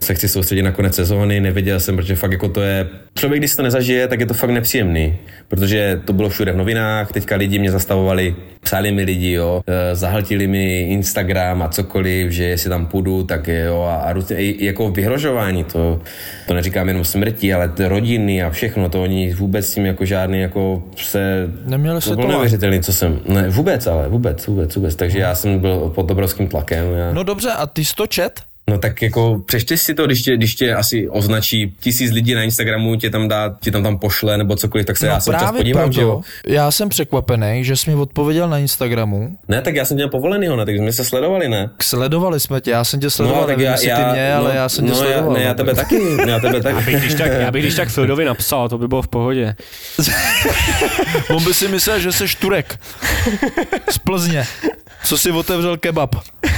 se chci soustředit na konec sezóny, nevěděl jsem, protože fakt jako to je, člověk, když to nezažije, tak je to fakt nepříjemný, protože to bylo všude v novinách, teďka lidi mě zastavovali, psali mi lidi, jo, zahltili mi Instagram a cokoliv, že jestli tam půjdu, tak jo, a, a různě, i jako vyhrožování, to, to neříkám jenom smrti, ale ty rodiny a všechno, to oni vůbec s tím jako žádný, jako se, neměli se to bylo to neuvěřitelný, co jsem, ne, vůbec, ale vůbec, vůbec, vůbec, takže já jsem byl pod obrovským tlakem. Já... No dobře, a ty jsi to čet? No tak jako přečteš si to, když tě, když tě asi označí tisíc lidí na Instagramu, tě tam dá, tě tam tam pošle nebo cokoliv, tak se no já se občas podívám, proto, že jo. Já jsem překvapený, že jsi mi odpověděl na Instagramu. Ne, tak já jsem tě povolený, ne, tak jsme se sledovali, ne? Sledovali jsme tě, já jsem tě sledoval, no, tak nevím, já, jestli já, ty mě, no, ale já jsem tě no, sledoval. Já, ne, já tebe taky, já tebe taky. Já bych když tak, já bych když tak Fildovi napsal, to by bylo v pohodě. On by si myslel, že jsi Turek. Z Plzně. Co si otevřel kebab.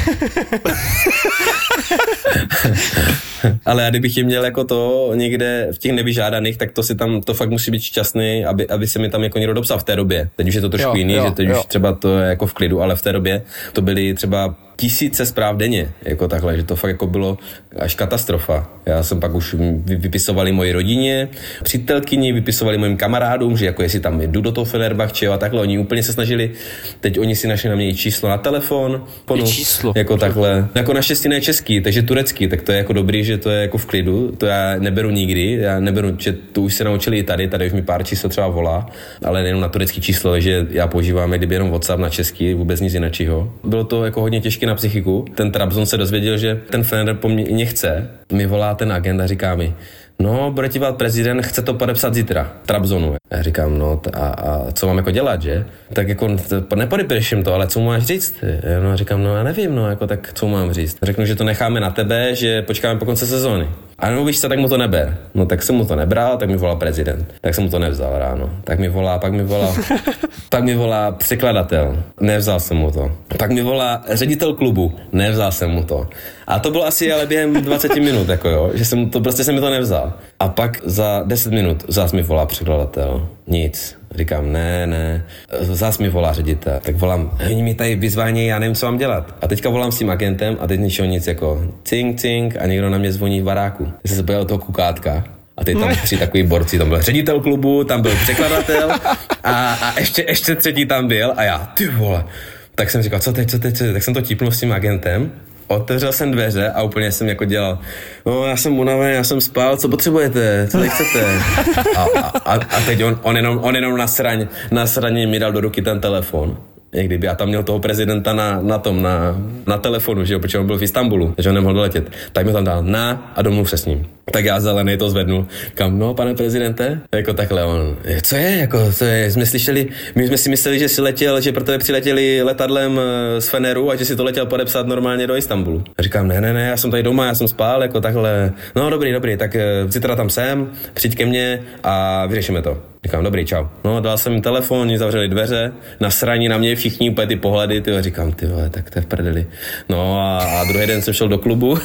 Ale já kdybych je měl jako to někde v těch nevyžádaných, tak to si tam, to fakt musí být šťastný, aby, aby se mi tam jako někdo dopsal v té době. Teď už je to trošku jo, jiný, jo, že teď jo. už třeba to je jako v klidu, ale v té době to byly třeba tisíce zpráv denně, jako takhle, že to fakt jako bylo až katastrofa. Já jsem pak už vypisovali moji rodině, přítelkyni, vypisovali mojim kamarádům, že jako jestli tam jdu do toho Fenerbahče a takhle, oni úplně se snažili, teď oni si našli na mě i číslo na telefon, ponu, číslo. jako takhle, jako naštěstí ne český, takže turecký, tak to je jako dobrý, že to je jako v klidu, to já neberu nikdy, já neberu, že to už se naučili i tady, tady už mi pár číslo třeba volá, ale jenom na turecký číslo, takže já používám kdyby jenom WhatsApp na český, vůbec nic jiného. Bylo to jako hodně těžké na psychiku. Ten Trabzon se dozvěděl, že ten Fener po mně chce. Mi volá ten agent a říká mi, no, bude ti volat prezident, chce to podepsat zítra, Trabzonu. Já říkám, no a, a co mám jako dělat, že? Tak jako nepodepíš jim to, ale co mu máš říct? No a říkám, no já nevím, no jako tak co mám říct? Řeknu, že to necháme na tebe, že počkáme po konce sezóny. A nebo víš co, tak mu to neber. No tak jsem mu to nebral, tak mi volal prezident. Tak jsem mu to nevzal ráno. Tak mi volá, pak mi volá, pak mi volá překladatel. Nevzal jsem mu to. Pak mi volá ředitel klubu. Nevzal jsem mu to. A to bylo asi ale během dvacet minut, jako jo, že jsem to, prostě jsem mi to nevzal. A pak za deset minut zás mi volá překladatel. Nic. Říkám, ne, ne. Zás mi volá ředitel. Tak volám, oni mi tady vyzvání, já nevím, co mám dělat. A teďka volám s tím agentem a teď ničeho nic, jako cink, cink a někdo na mě zvoní v baráku. Já jsem se pojel toho kukátka. A teď tam tři takový borci, tam byl ředitel klubu, tam byl překladatel a, a ještě, ještě třetí tam byl a já, ty vole. Tak jsem říkal, co teď, co teď, co teď? Tak jsem to típnul s tím agentem. Otevřel jsem dveře a úplně jsem jako dělal, no já jsem unavený, já jsem spal, co potřebujete, co chcete? A, a, a teď on, on jenom, on jenom nasraň, nasraně mi dal do ruky ten telefon. Jak kdyby já tam měl toho prezidenta na, na tom, na, na telefonu, že jo, protože on byl v Istanbulu, takže on nemohl doletět. Tak mi tam dal na a domluv se s ním. Tak já zelený to zvednu. Kam, no, pane prezidente? Jako takhle on, co je, jako, co je, jsme slyšeli, my jsme si mysleli, že si letěl, že pro tebe přiletěli letadlem z Feneru a že si to letěl podepsat normálně do Istanbulu. A říkám, ne, ne, ne, já jsem tady doma, já jsem spál, jako takhle. No, dobrý, dobrý, tak zítra tam jsem, přijď ke mně a vyřešíme to. Říkám, dobrý, čau. No, dal jsem jim telefon, oni zavřeli dveře, nasraní na mě všichni úplně ty pohledy, ty říkám, ty vole, tak to je v prdeli. No a, a druhý den jsem šel do klubu,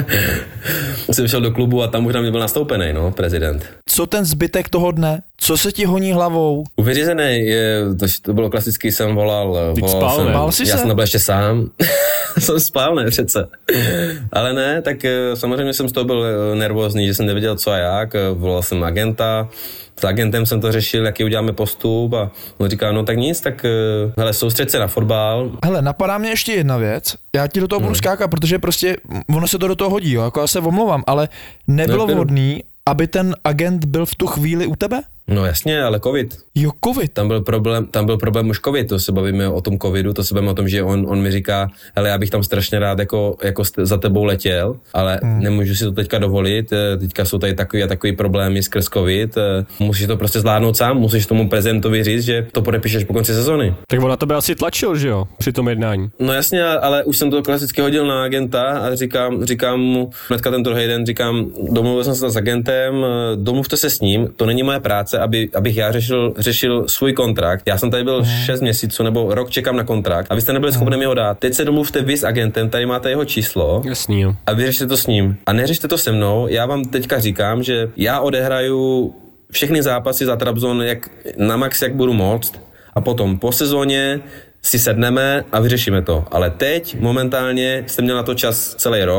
jsem šel do klubu a tam už na mě byl nastoupený, no, prezident. Co ten zbytek toho dne? Co se ti honí hlavou? Uvěřený, je, to, to bylo klasický, jsem volal, volal spál, jsem, ne? Bál jsi já se? jsem nebyl ještě sám. Jsem spál, ne, přece. Ale ne, tak samozřejmě jsem z toho byl nervózní, že jsem nevěděl co a jak, volal jsem agenta, s agentem jsem to řešil, jaký uděláme postup a on říká, no tak nic, tak hele, soustřeď se na fotbal. Hele, napadá mě ještě jedna věc, já ti do toho budu Hmm. skákat, protože prostě ono se to do toho hodí, jo, jako já se omlouvám, ale nebylo No, vhodný, aby ten agent byl v tu chvíli u tebe? No jasně, ale covid. Jo, covid. Tam byl problém, tam byl problém už covid, to se bavíme o tom covidu, to se bavíme o tom, že on, on mi říká, hele, já bych tam strašně rád jako, jako za tebou letěl, ale hmm. nemůžu si to teďka dovolit, teďka jsou tady takový a takový problémy skrz covid, musíš to prostě zvládnout sám, musíš tomu prezidentovi říct, že to podepíšeš po konci sezony. Tak on na tebe asi tlačil, že jo, při tom jednání. No jasně, ale už jsem to klasicky hodil na agenta a říkám, říkám mu, hnedka ten druhý den říkám, domluvil jsem se s agentem, domluvte se s ním, to není moje práce, aby, abych já řešil, řešil svůj kontrakt. Já jsem tady byl šest měsíců nebo rok čekám na kontrakt, abyste nebyli schopni mi ho dát. Teď se domluvte vy s agentem, tady máte jeho číslo. Jasný, jo. A vyřešte to s ním. A neřešte to se mnou, já vám teďka říkám, že já odehraju všechny zápasy za Trabzon jak, na max, jak budu moct a potom po sezóně si sedneme a vyřešíme to. Ale teď momentálně jste měl na to čas celý rok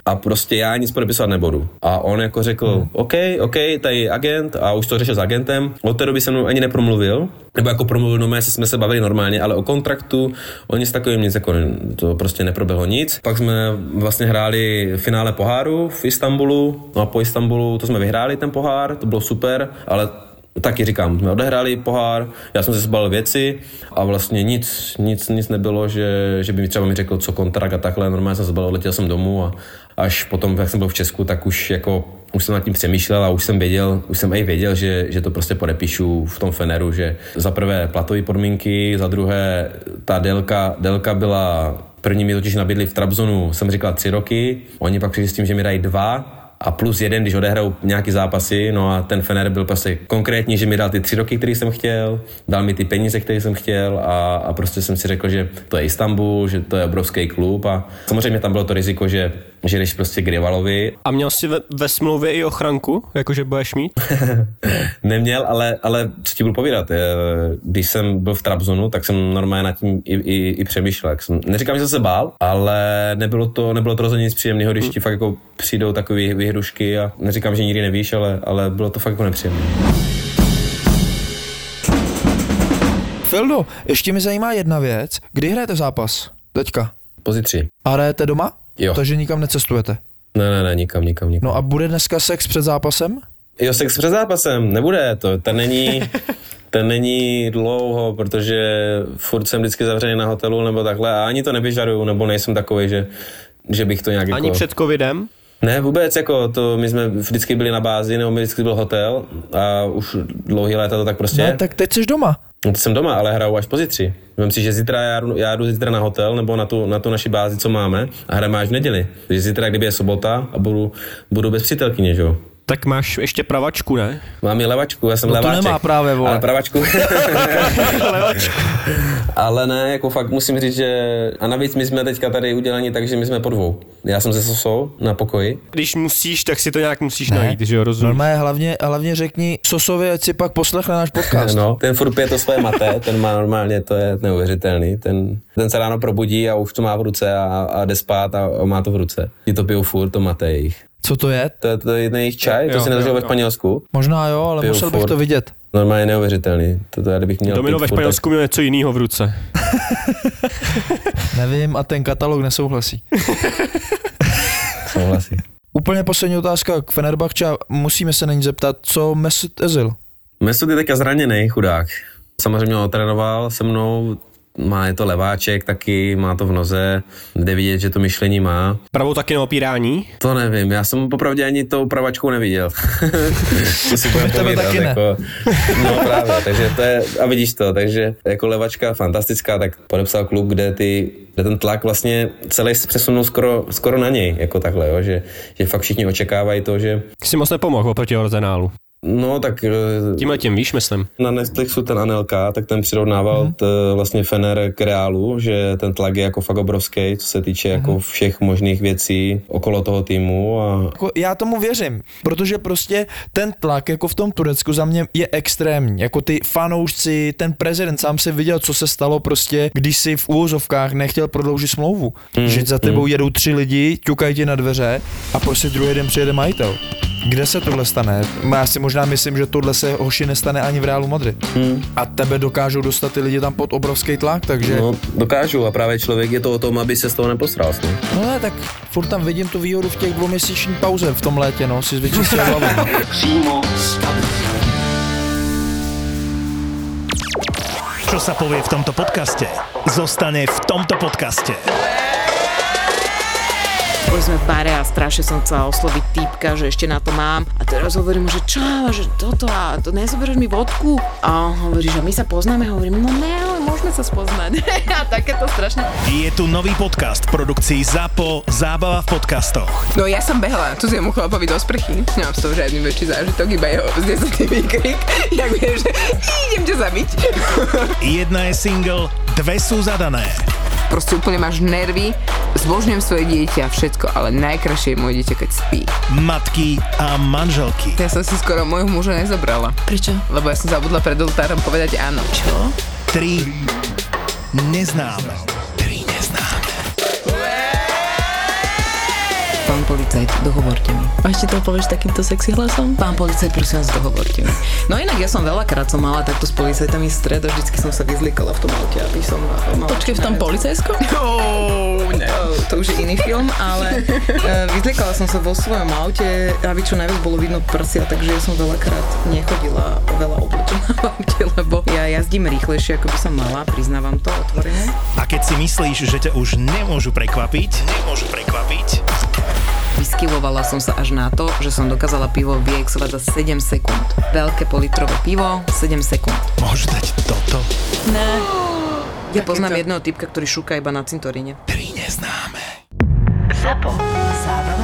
a prostě já nic podepisovat nebudu. A on jako řekl, hmm. OK, OK, tady je agent a už to řešil s agentem. Od té doby se mnou ani nepromluvil, nebo jako promluvil, no my jsme se bavili normálně, ale o kontraktu, o nic takovým nic, jako to prostě neproběhlo nic. Pak jsme vlastně hráli finále poháru v Istanbulu, no a po Istanbulu to jsme vyhráli ten pohár, to bylo super, ale taky říkám, jsme odehráli pohár, já jsem se zbalil věci a vlastně nic, nic, nic nebylo, že, že by mi třeba mi řekl, co kontrakt a takhle, normálně jsem se zbalil, letěl jsem domů a až potom, jak jsem byl v Česku, tak už jako, už jsem nad tím přemýšlel a už jsem věděl, už jsem i věděl, že, že to prostě podepíšu v tom Feneru, že za prvé platové podmínky, za druhé ta délka, délka byla, první mi totiž nabídli v Trabzonu, jsem říkal tři roky, oni pak přišli s tím, že mi dají dva, a plus jeden, když odehraju nějaký zápasy, no a ten Fener byl prostě konkrétní, že mi dal ty tři roky, který jsem chtěl, dal mi ty peníze, které jsem chtěl a, a prostě jsem si řekl, že to je Istanbul, že to je obrovský klub a samozřejmě tam bylo to riziko, že, že jdeš prostě k rivalovi. A měl jsi ve, ve smlouvě i ochranku, jakože budeš mít? Neměl, ale, ale co ti budu povídat, když jsem byl v Trabzonu, tak jsem normálně nad tím i, i, i přemýšlel. Jsem, neříkám, že jsem se bál, ale nebylo to, nebylo to rozhodně nic příjemného, když ti fakt jako přijdou takový výhrušky a neříkám, že nikdy nevíš, ale, ale bylo to fakt jako nepříjemné. Fildo, ještě mi zajímá jedna věc. Kdy hrajete zápas? Teďka. Pozítří. A hrajete doma? Jo. Takže nikam necestujete? Ne, ne, ne, nikam, nikam, nikam. No a bude dneska sex před zápasem? Jo, sex před zápasem, nebude to, ten není, ten není dlouho, protože furt jsem vždycky zavřený na hotelu nebo takhle a ani to nevyžaruju, nebo nejsem takovej, že, že bych to nějak Ani jako... před covidem? Ne, vůbec, jako to, my jsme vždycky byli na bázi, nebo mi vždycky byl hotel a už dlouhý léta to tak prostě... Ne, tak teď jsi doma. No, teď jsem doma, ale hraju až pozítří. Vem si, že zítra já, já jdu zítra na hotel, nebo na tu, na tu naši bázi, co máme, a hrajeme až v neděli. Takže zítra, kdyby je sobota a budu, budu bez přítelkyně, že jo? Tak máš ještě pravačku, ne? Mám i levačku, já jsem no leváček. To nemá právě, vole. Ale pravačku. Levačku. Ale ne, jako fakt musím říct, že... A navíc my jsme teďka tady udělaní tak, že my jsme po dvou. Já jsem se Sosou na pokoji. Když musíš, tak si to nějak musíš ne. najít, že jo, rozumíš? Normálně hlavně, hlavně řekni Sosovi, ať si pak poslechne náš podcast. No, ten furt pije to svoje maté, ten má normálně, to je neuvěřitelný. Ten, ten se ráno probudí a už to má v ruce a, a jde spát a, a má to v ruce. Ti to pijou furt, to maté jejich. Co to je? To, to je jejich čaj, to jo, si nezažil ve Španělsku. Možná jo, ale Pijou musel bych furt. to vidět. Normálně neuvěřitelný. To, to já kdybych měl Domino ve Španělsku tak... měl něco jiného v ruce. Nevím a ten katalog nesouhlasí. Souhlasí. Úplně poslední otázka k Fenerbahče. Musíme se na ní zeptat, co Mesut Özil? Mesut je teďka zraněný, chudák. Samozřejmě ho trénoval se mnou, má je to leváček taky, má to v noze, jde vidět, že to myšlení má. Pravou taky na opírání? To nevím, já jsem popravdě ani tou pravačkou neviděl. To si budem povídat, taky jako, no právě, takže to je, a vidíš to, takže jako levačka fantastická, tak podepsal klub, kde ty, kde ten tlak vlastně celý se přesunul skoro, skoro na něj, jako takhle, jo, že, že fakt všichni očekávají to, že... Si moc nepomohl oproti Arsenálu. No tak... Tímhle tím, víš, myslím. Na Netflixu ten Anelka, tak ten přirovnával mm. t, vlastně Fener k Reálu, že ten tlak je jako fakt obrovský, co se týče mm. jako všech možných věcí okolo toho týmu. A... Jako já tomu věřím, protože prostě ten tlak jako v tom Turecku za mě je extrémní. Jako ty fanoušci, ten prezident sám si viděl, co se stalo prostě, když si v úvozovkách nechtěl prodloužit smlouvu. Mm. Že za tebou mm. jedou tři lidi, ťukají ti na dveře a prostě druhý den přijede majitel. Kde se tohle stane? Já si možná myslím, že tohle se hoši nestane ani v Realu Madrid. Hmm. A tebe dokážou dostat ty lidi tam pod obrovský tlak, takže... No, dokážu a právě člověk je to o tom, aby se z toho neposral. Ne? No ne, tak furt tam vidím tu výhodu v těch dvouměsíční pauze v tom létě, no, si zvyčistil hlavu. No. Přímo z kabiny. Čo sa povie v tomto podcaste, zostane v tomto podcaste. Boli sme v bare a strašne som chcela osloviť týpka, že ešte na to mám. A teraz hovorím mu, že čo, že toto a to nezoberieš mi vodku? A hovorí, že my sa poznáme. Hovorím, no ne, ale môžeme sa spoznať. A takéto strašne. Je tu nový podcast v produkcii ZAPO Zábava v podcastoch. No ja som behla tu ziemu chlapovi do sprchy. Nemám z toho žiadny väčší zážitok, iba jeho vznesený výkrik. Jak vieš, že idem ťa zabiť. Jedna je single, dve sú zadané. Proste úplne máš nervy, zbožňujem svoje dieťa a všetko, ale najkrajšie je moje dieťa, keď spí. Matky a manželky. Ja som si skoro môjho muža nezobrala. Prečo? Lebo ja som zabudla pred oltárom povedať áno. Čo? Tri neznáme. Tri neznáme. Pán policajt, dohovorte mi. A ešte to povieš takýmto sexy hlasom? Pán policajt, prosím vás, dohovorte mi. No inak ja som veľakrát som mala takto s policajtami stred a vždycky som sa vyzlikala v tom aute, aby som mala... Počkej, v tom policajskom? Oh, no. To už je iný film, ale uh, vyzlikala som sa vo svojom aute, aby čo najviac bolo vidno prsia, takže ja som veľakrát nechodila veľa oblečená v aute, lebo ja jazdím rýchlejšie, ako by som mala, priznávam to otvorene. A keď si myslíš, že ťa už nemôžu prekvapiť, nemôžu prekvapiť, Vyskilovala som sa až na to, že som dokázala pivo vyexovať za sedem sekúnd. Veľké politrové pivo, sedem sekúnd. môžu dať toto. Ne. Ja poznám jedného typka, ktorý šúka iba na cintoríne. Tri neznáme. Zapo. Zábrná